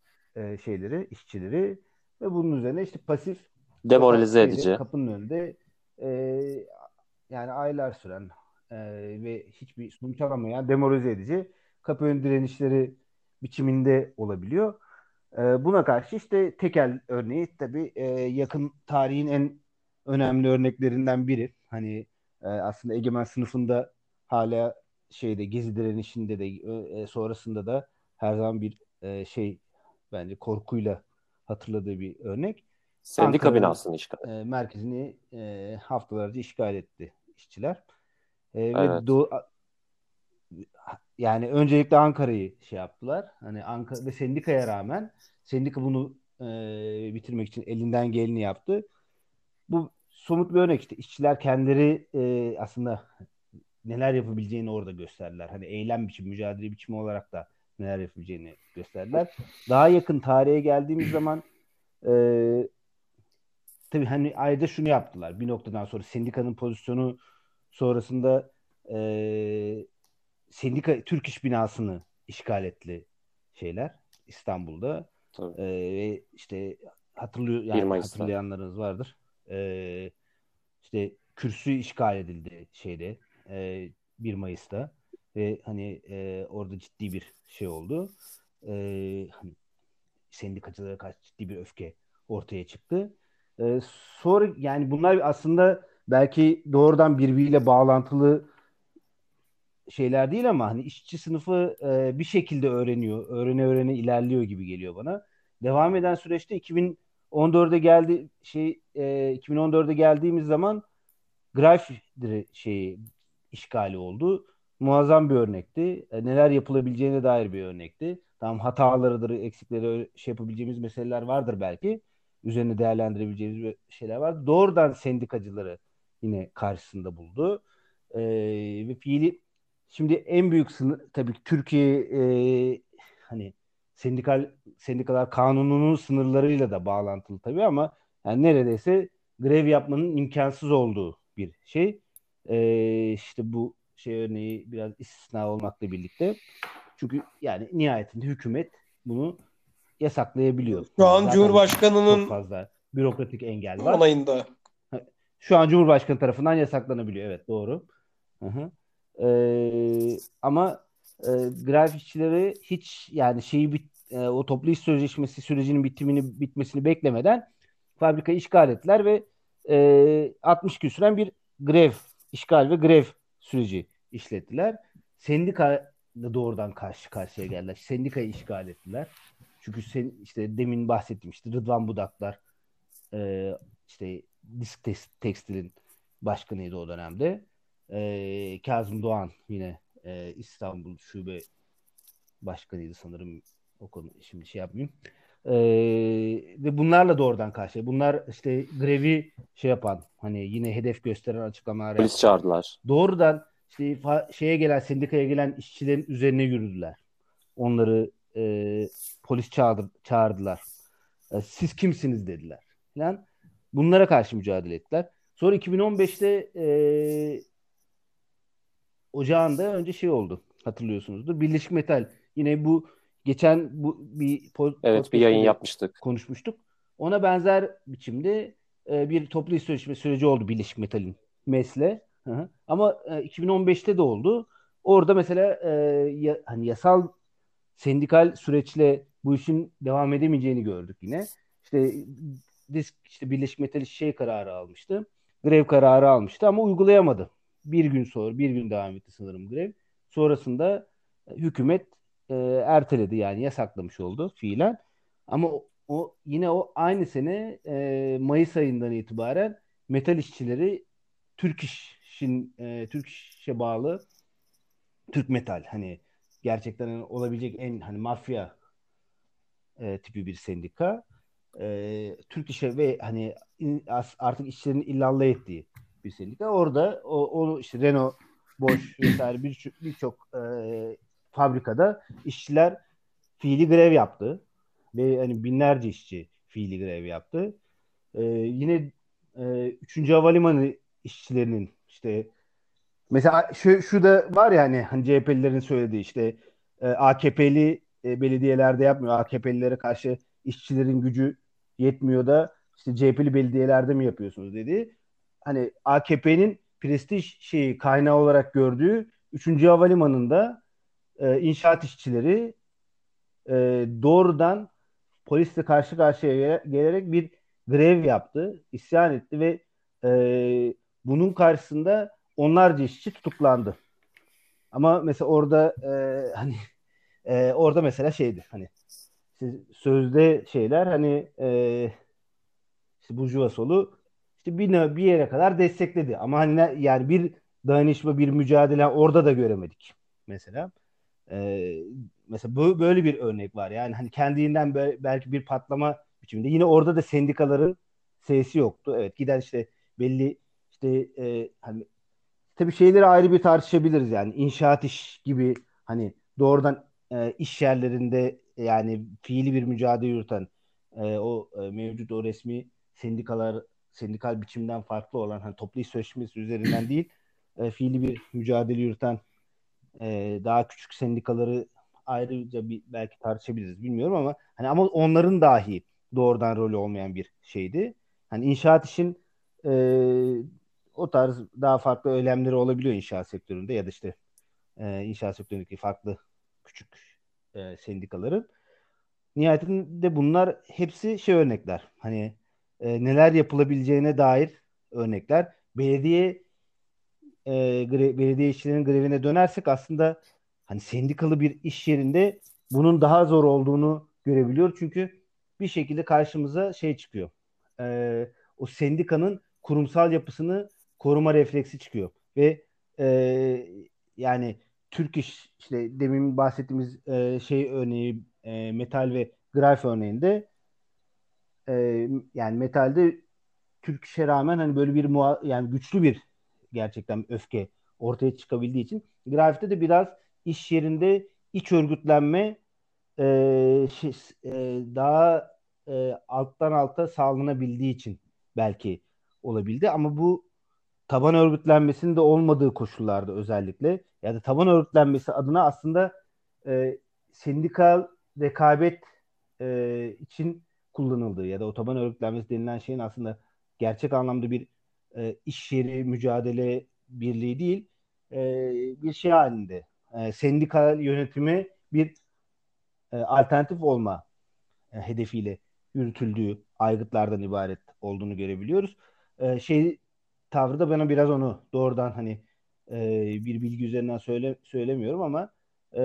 işçileri ve bunun üzerine işte pasif Demoralize edici. kapının önünde e, yani aylar süren ve hiçbir sonuç alamayan demoralize edici kapı önü direnişleri biçiminde olabiliyor. Buna karşı işte tekel örneği tabii yakın tarihin en önemli örneklerinden biri. Hani aslında egemen sınıfında hala gezi direnişinde de sonrasında da her zaman bir bence korkuyla hatırladığı bir örnek. Sendika Ankara'nın binasını işgal. merkezini haftalarca işgal etti işçiler. Ve Evet. yani öncelikle Ankara'yı şey yaptılar. Hani Ankara ve sendikaya rağmen sendika bunu bitirmek için elinden geleni yaptı. Bu somut bir örnek işte. İşçiler kendileri aslında neler yapabileceğini orada gösterdiler. Hani eylem biçimi, mücadele biçimi olarak da neler yapabileceğini gösterdiler. Daha yakın tarihe geldiğimiz zaman e, tabii hani ayrıca şunu yaptılar. Bir noktadan sonra sendikanın pozisyonu sonrasında e, Türk İş binasını işgal etti İstanbul'da. Tabii. Ve işte 1 yani Mayıs'ta. hatırlayanlarınız vardır. İşte kürsü işgal edildi 1 Mayıs'ta. ve hani orada ciddi bir şey oldu. Hani sendikacılara karşı ciddi bir öfke ortaya çıktı. Sonra yani bunlar aslında belki doğrudan birbiriyle bağlantılı şeyler değil ama hani işçi sınıfı bir şekilde öğreniyor. Öğrene ilerliyor gibi geliyor bana. Devam eden süreçte 2014'e geldiğimiz zaman Greif işgali oldu. Muazzam bir örnekti. Neler yapılabileceğine dair bir örnekti. Tamam, hatalarıdır, eksikleri şey yapabileceğimiz meseleler vardır belki. Üzerine değerlendirebileceğimiz şeyler var. Doğrudan sendikacıları yine karşısında buldu. Ve fiili şimdi en büyük sınır tabii ki Türkiye hani sendikalar kanununun sınırlarıyla da bağlantılı tabii ama yani neredeyse grev yapmanın imkansız olduğu bir şey. İşte bu şey örneği biraz istisna olmakla birlikte. Çünkü yani nihayetinde hükümet bunu yasaklayabiliyor. Şu an Zaten çok Cumhurbaşkanı'nın fazla bürokratik engel var. onayında. Şu an Cumhurbaşkanı tarafından yasaklanabiliyor. Evet, doğru. Hı hı. Ama grev işçileri hiç yani o toplu iş sözleşmesi sürecinin bitmesini beklemeden fabrikayı işgal ettiler ve 60 gün süren bir işgal ve grev süreci işlettiler. Sendika da doğrudan karşı karşıya geldiler. Sendikayı işgal ettiler. Çünkü işte demin bahsettiğim işte Rıdvan Budaklar, işte Tekstil'in başkanıydı o dönemde. Kazım Doğan yine İstanbul Şube Başkanıydı sanırım. O konu şimdi şey yapmayayım. Ee, Ve bunlarla doğrudan karşıya. Bunlar işte grevi şey yapan, hani yine hedef gösteren açıklamalar Polis yaptılar. çağırdılar. Doğrudan işte sendikaya gelen işçilerin üzerine yürüdüler. Onları polis çağırdılar. Siz kimsiniz dediler falan. Bunlara karşı mücadele ettiler. Sonra 2015'te ocağında önce şey oldu. Hatırlıyorsunuzdur. Birleşik Metal. Yine bir Evet, bir yayın podcast'te de yapmıştık. konuşmuştuk. Ona benzer biçimde bir toplu iş sözleşme süreci oldu Birleşik Metal'in MES'le. Hı hı. Ama 2015'te de oldu. Orada mesela hani yasal sendikal süreçle bu işin devam edemeyeceğini gördük yine. İşte işte Birleşik Metal kararı almıştı. Grev kararı almıştı ama uygulayamadı. Bir gün devam etti sanırım grev. Sonrasında hükümet erteledi, yani yasaklamış oldu fiilen. Ama yine o aynı sene Mayıs ayından itibaren metal işçileri Türk İş'e bağlı Türk Metal, hani gerçekten olabilecek en hani mafya tipi bir sendika. Türk İş'e ve hani artık işçilerin illallah ettiği bir sendika. Orada o işte Renault, Bosch vesaire birçok fabrikada işçiler fiili grev yaptı ve hani binlerce işçi fiili grev yaptı. Yine 3. Havalimanı işçilerinin işte mesela şu da var ya, hani CHP'lilerin söylediği işte AKP'li belediyelerde yapmıyor. AKP'lilere karşı işçilerin gücü yetmiyor da işte CHP'li belediyelerde mi yapıyorsunuz dedi. Hani AKP'nin prestij kaynağı olarak gördüğü 3. Havalimanı'nda inşaat işçileri doğrudan polisle karşı karşıya gelerek bir grev yaptı, isyan etti ve bunun karşısında onlarca işçi tutuklandı. Ama mesela orada hani orada mesela şeydi, hani sözde şeyler hani işte Burjuva solu işte bir yere kadar destekledi. Ama hani yani bir dayanışma, bir mücadele orada da göremedik mesela. Ee, Mesela böyle bir örnek var. Yani hani kendinden belki bir patlama biçiminde. Yine orada da sendikaların sesi yoktu. Evet, gider işte belli işte hani tabii şeyleri ayrı bir tartışabiliriz yani. İnşaat iş gibi hani doğrudan iş yerlerinde yani fiili bir mücadele yürüten mevcut o resmi sendikal biçimden farklı olan hani toplu iş sözleşmesi üzerinden değil, fiili bir mücadele yürüten daha küçük sendikaları ayrıca belki tartışabiliriz, bilmiyorum ama hani ama onların dahi doğrudan rolü olmayan bir şeydi. Hani inşaat işin o tarz daha farklı eylemleri olabiliyor inşaat sektöründe ya da işte inşaat sektöründeki farklı küçük sendikaların. Nihayetinde bunlar hepsi örnekler. Hani neler yapılabileceğine dair örnekler. Belediye işçilerinin grevine dönersek aslında hani sendikalı bir iş yerinde bunun daha zor olduğunu görebiliyor. Çünkü bir şekilde karşımıza çıkıyor. O sendikanın kurumsal yapısını koruma refleksi çıkıyor. Ve e, yani Türk iş işte demin bahsettiğimiz örneği metal ve graf örneğinde yani metalde Türk işe rağmen hani böyle bir yani güçlü bir gerçekten öfke ortaya çıkabildiği için grafikte de biraz iş yerinde iç örgütlenme şey, daha alttan alta sağlanabildiği için belki olabildi ama bu taban örgütlenmesinin de olmadığı koşullarda özellikle ya da taban örgütlenmesi adına aslında e, sendikal rekabet için kullanıldığı ya da o taban örgütlenmesi denilen şeyin aslında gerçek anlamda bir iş yeri mücadele birliği değil, bir şey halinde sendikal yönetimi bir alternatif olma hedefiyle yürütüldüğü aygıtlardan ibaret olduğunu görebiliyoruz. Tavrı da bana biraz onu doğrudan hani bir bilgi üzerinden söylemiyorum ama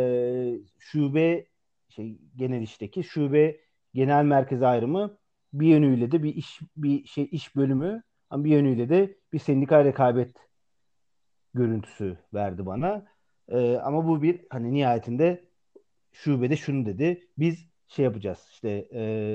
şube genel işteki şube genel merkez ayrımı bir yönüyle de iş bölümü ama bir yönüyle de bir sendikal rekabet görüntüsü verdi bana. Ama bu bir hani nihayetinde şubede şunu dedi. Biz yapacağız. İşte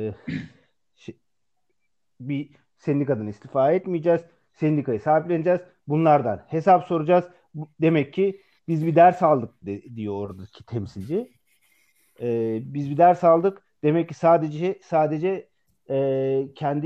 şi- bir sendikadan istifa etmeyeceğiz. Sendikayı sahipleneceğiz. Bunlardan hesap soracağız. Demek ki biz bir ders aldık diyor oradaki temsilci. Biz bir ders aldık. Demek ki sadece kendi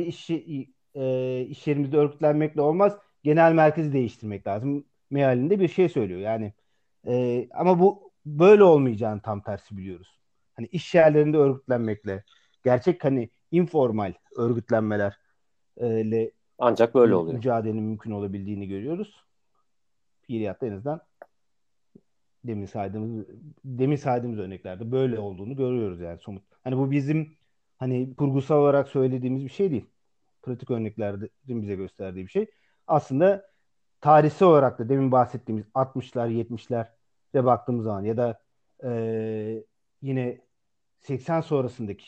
iş yerimizde örgütlenmekle olmaz. Genel merkezi değiştirmek lazım. Mealinde bir şey söylüyor. Yani ama bu böyle olmayacağını tam tersi biliyoruz. Hani iş yerlerinde örgütlenmekle gerçek hani informal örgütlenmelerle Ancak böyle oluyor. mücadelenin mümkün olabildiğini görüyoruz. Fiiliyatta en azından demin saydığımız demin saydığımız örneklerde böyle olduğunu görüyoruz yani somut. Hani bu bizim hani kurgusal olarak söylediğimiz bir şey değil. Pratik örneklerin bize gösterdiği bir şey. Aslında tarihsel olarak da demin bahsettiğimiz 60'lar 70'lere baktığımız zaman ya da yine 80 sonrasındaki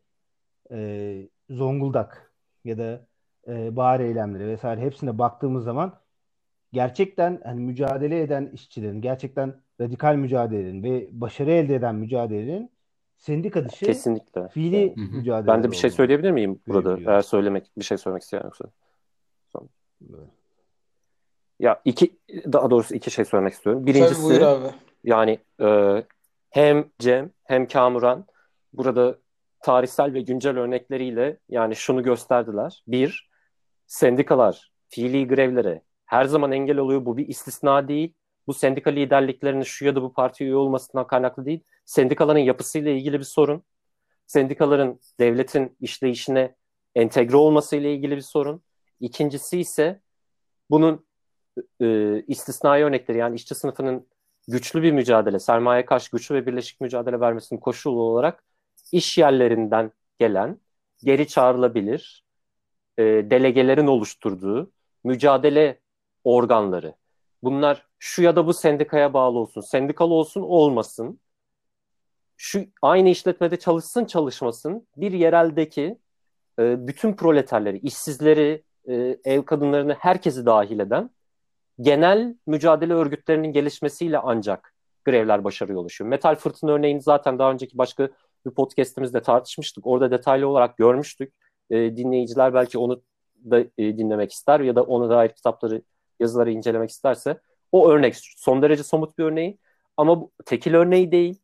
Zonguldak ya da bahar eylemleri vesaire hepsine baktığımız zaman gerçekten hani mücadele eden işçilerin, gerçekten radikal mücadelelerin ve başarı elde eden mücadelelerin sendika dışı Kesinlikle. fiili Hı hı. Ben mücadeleler de bir şey olduğunu söyleyebilir miyim burada? Eğer görebiliyoruz. bir şey söylemek isteyen yoksa. Son. Böyle. Ya daha doğrusu iki şey söylemek istiyorum. Tabii buyur Birincisi abi. yani hem Cem hem Kamuran burada tarihsel ve güncel örnekleriyle yani şunu gösterdiler. Bir, sendikalar fiili grevlere her zaman engel oluyor. Bu bir istisna değil. Bu sendika liderliklerinin şu ya da bu partiye üye olmasından kaynaklı değil. Sendikaların yapısıyla ilgili bir sorun. Sendikaların devletin işleyişine entegre olmasıyla ilgili bir sorun. İkincisi ise bunun istisnai örnekleri yani işçi sınıfının güçlü bir mücadele, sermaye karşı güçlü ve birleşik mücadele vermesinin koşulu olarak iş yerlerinden gelen geri çağrılabilir delegelerin oluşturduğu mücadele organları. Bunlar şu ya da bu sendikaya bağlı olsun, sendikalı olsun olmasın, şu aynı işletmede çalışsın çalışmasın bir yereldeki bütün proleterleri, işsizleri, ev kadınlarını herkesi dahil eden genel mücadele örgütlerinin gelişmesiyle ancak grevler başarıya ulaşıyor. Metal Fırtına örneğini zaten daha önceki başka bir podcastimizde tartışmıştık. Orada detaylı olarak görmüştük. Dinleyiciler belki onu da dinlemek ister ya da ona dair kitapları, yazıları incelemek isterse. O örnek son derece somut bir örneği ama bu tekil örneği değil.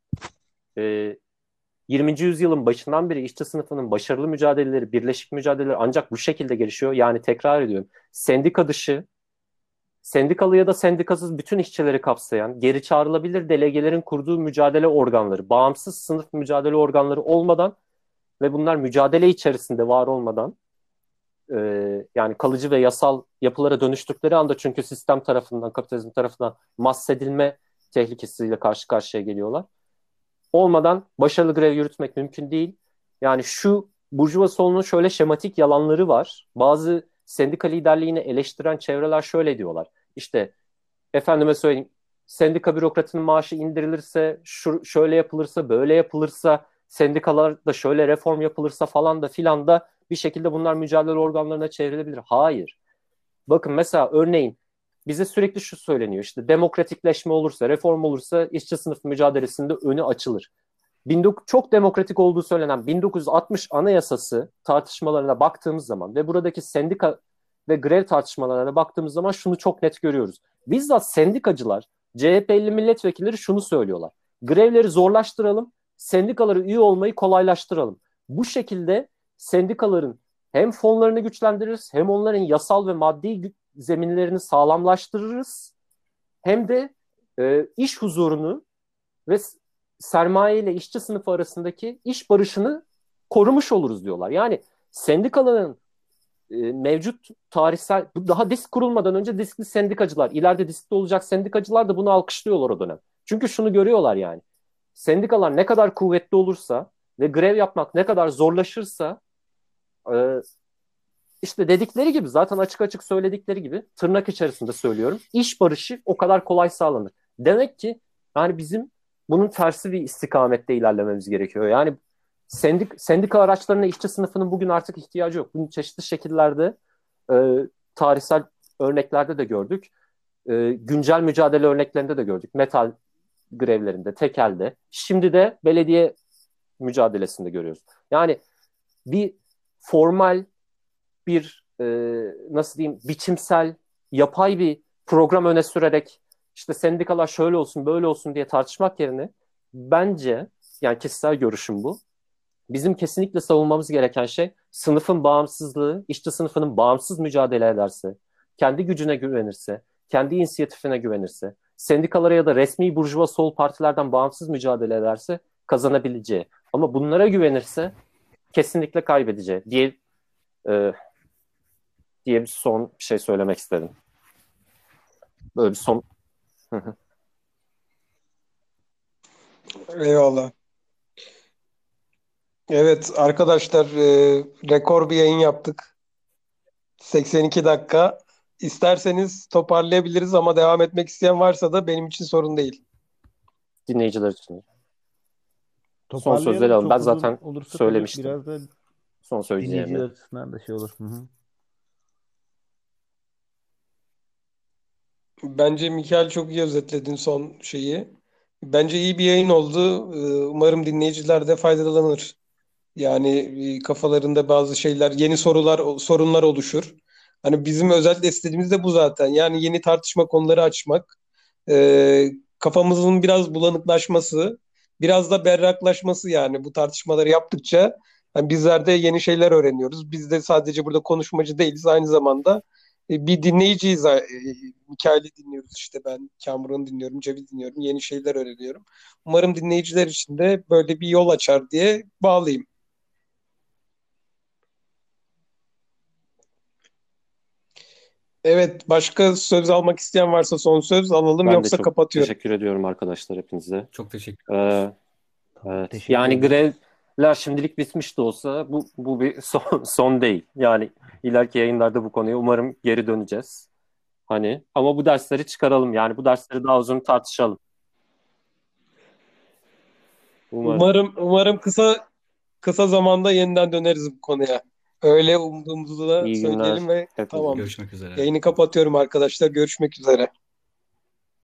20. yüzyılın başından beri işçi sınıfının başarılı mücadeleleri, birleşik mücadeleleri ancak bu şekilde gelişiyor. Yani tekrar ediyorum. Sendika dışı, sendikalı ya da sendikasız bütün işçileri kapsayan, geri çağrılabilir delegelerin kurduğu mücadele organları, bağımsız sınıf mücadele organları olmadan ve bunlar mücadele içerisinde var olmadan yani kalıcı ve yasal yapılara dönüştükleri anda çünkü sistem tarafından, kapitalizm tarafından mahsedilme tehlikesiyle karşı karşıya geliyorlar. Olmadan başarılı grev yürütmek mümkün değil. Yani şu Burjuva solunun şöyle şematik yalanları var. Bazı sendika liderliğini eleştiren çevreler şöyle diyorlar. İşte efendime söyleyeyim, sendika bürokratının maaşı indirilirse, şöyle yapılırsa, böyle yapılırsa, sendikalarda şöyle reform yapılırsa falan da filan da bir şekilde bunlar mücadele organlarına çevrilebilir. Hayır. Bakın mesela örneğin bize sürekli şu söyleniyor, işte demokratikleşme olursa, reform olursa işçi sınıfı mücadelesinde önü açılır. Çok demokratik olduğu söylenen 1960 Anayasası tartışmalarına baktığımız zaman ve buradaki sendika ve grev tartışmalarına baktığımız zaman şunu çok net görüyoruz. Bizzat sendikacılar, CHP'li milletvekilleri şunu söylüyorlar. Grevleri zorlaştıralım, sendikaları üye olmayı kolaylaştıralım. Bu şekilde sendikaların hem fonlarını güçlendiririz, hem onların yasal ve maddi zeminlerini sağlamlaştırırız, hem de iş huzurunu ve sermaye ile işçi sınıfı arasındaki iş barışını korumuş oluruz diyorlar. Yani sendikaların mevcut tarihsel, daha disk kurulmadan önce diskli sendikacılar, ileride diskli olacak sendikacılar da bunu alkışlıyorlar o dönem. Çünkü şunu görüyorlar yani. Sendikalar ne kadar kuvvetli olursa ve grev yapmak ne kadar zorlaşırsa işte dedikleri gibi, zaten açık açık söyledikleri gibi, tırnak içerisinde söylüyorum, iş barışı o kadar kolay sağlanır. Demek ki yani bizim bunun tersi bir istikamette ilerlememiz gerekiyor. Yani sendika araçlarına işçi sınıfının bugün artık ihtiyacı yok. Bunu çeşitli şekillerde tarihsel örneklerde de gördük. Güncel mücadele örneklerinde de gördük. Metal grevlerinde, tekelde. Şimdi de belediye mücadelesinde görüyoruz. Yani bir formal, bir nasıl diyeyim, biçimsel, yapay bir program öne sürerek işte sendikalar şöyle olsun, böyle olsun diye tartışmak yerine, bence, yani kişisel görüşüm bu, bizim kesinlikle savunmamız gereken şey sınıfın bağımsızlığı, işçi sınıfının bağımsız mücadele ederse, kendi gücüne güvenirse, kendi inisiyatifine güvenirse, sendikalara ya da resmi burjuva sol partilerden bağımsız mücadele ederse kazanabileceği. Ama bunlara güvenirse kesinlikle kaybedeceği diye bir son bir şey söylemek istedim. Böyle bir son. Eyvallah. Evet arkadaşlar, rekor bir yayın yaptık. 82 dakika. İsterseniz toparlayabiliriz ama devam etmek isteyen varsa da benim için sorun değil. Dinleyiciler için. Son Toparlayalım. sözleri alalım. Çok Ben uzun zaten olursa söylemiştim. biraz da Son söyleyeceğimi. dinleyiciler açısından da şey olur. Hı-hı. Bence Mikael çok iyi özetledin son şeyi. Bence iyi bir yayın oldu. Umarım dinleyiciler de faydalanır. Yani kafalarında bazı şeyler, yeni sorunlar oluşur. Hani bizim özellikle istediğimiz de bu zaten. Yani yeni tartışma konuları açmak, kafamızın biraz bulanıklaşması, biraz da berraklaşması, yani bu tartışmaları yaptıkça hani bizler de yeni şeyler öğreniyoruz. Biz de sadece burada konuşmacı değiliz, aynı zamanda bir dinleyiciyiz. Mikail'i dinliyoruz, işte ben Kamuran'ı dinliyorum, Cev'i dinliyorum, yeni şeyler öğreniyorum. Umarım dinleyiciler için de böyle bir yol açar diye bağlayayım. Evet, başka söz almak isteyen varsa son söz alalım, Ben de yoksa çok kapatıyorum. teşekkür ediyorum arkadaşlar, hepinize. Çok teşekkür ederim. Evet. Teşekkür Yani ederim. grevler şimdilik bitmiş de olsa bu bir son değil. Yani ileriki yayınlarda bu konuya umarım geri döneceğiz. Hani ama bu dersleri çıkaralım. Yani bu dersleri daha uzun tartışalım. Umarım. Umarım kısa zamanda yeniden döneriz bu konuya. Öyle umduğumuzu da İyi söyleyelim günler ve hepinize. tamamdır. Görüşmek üzere. Yayını kapatıyorum arkadaşlar. Görüşmek üzere.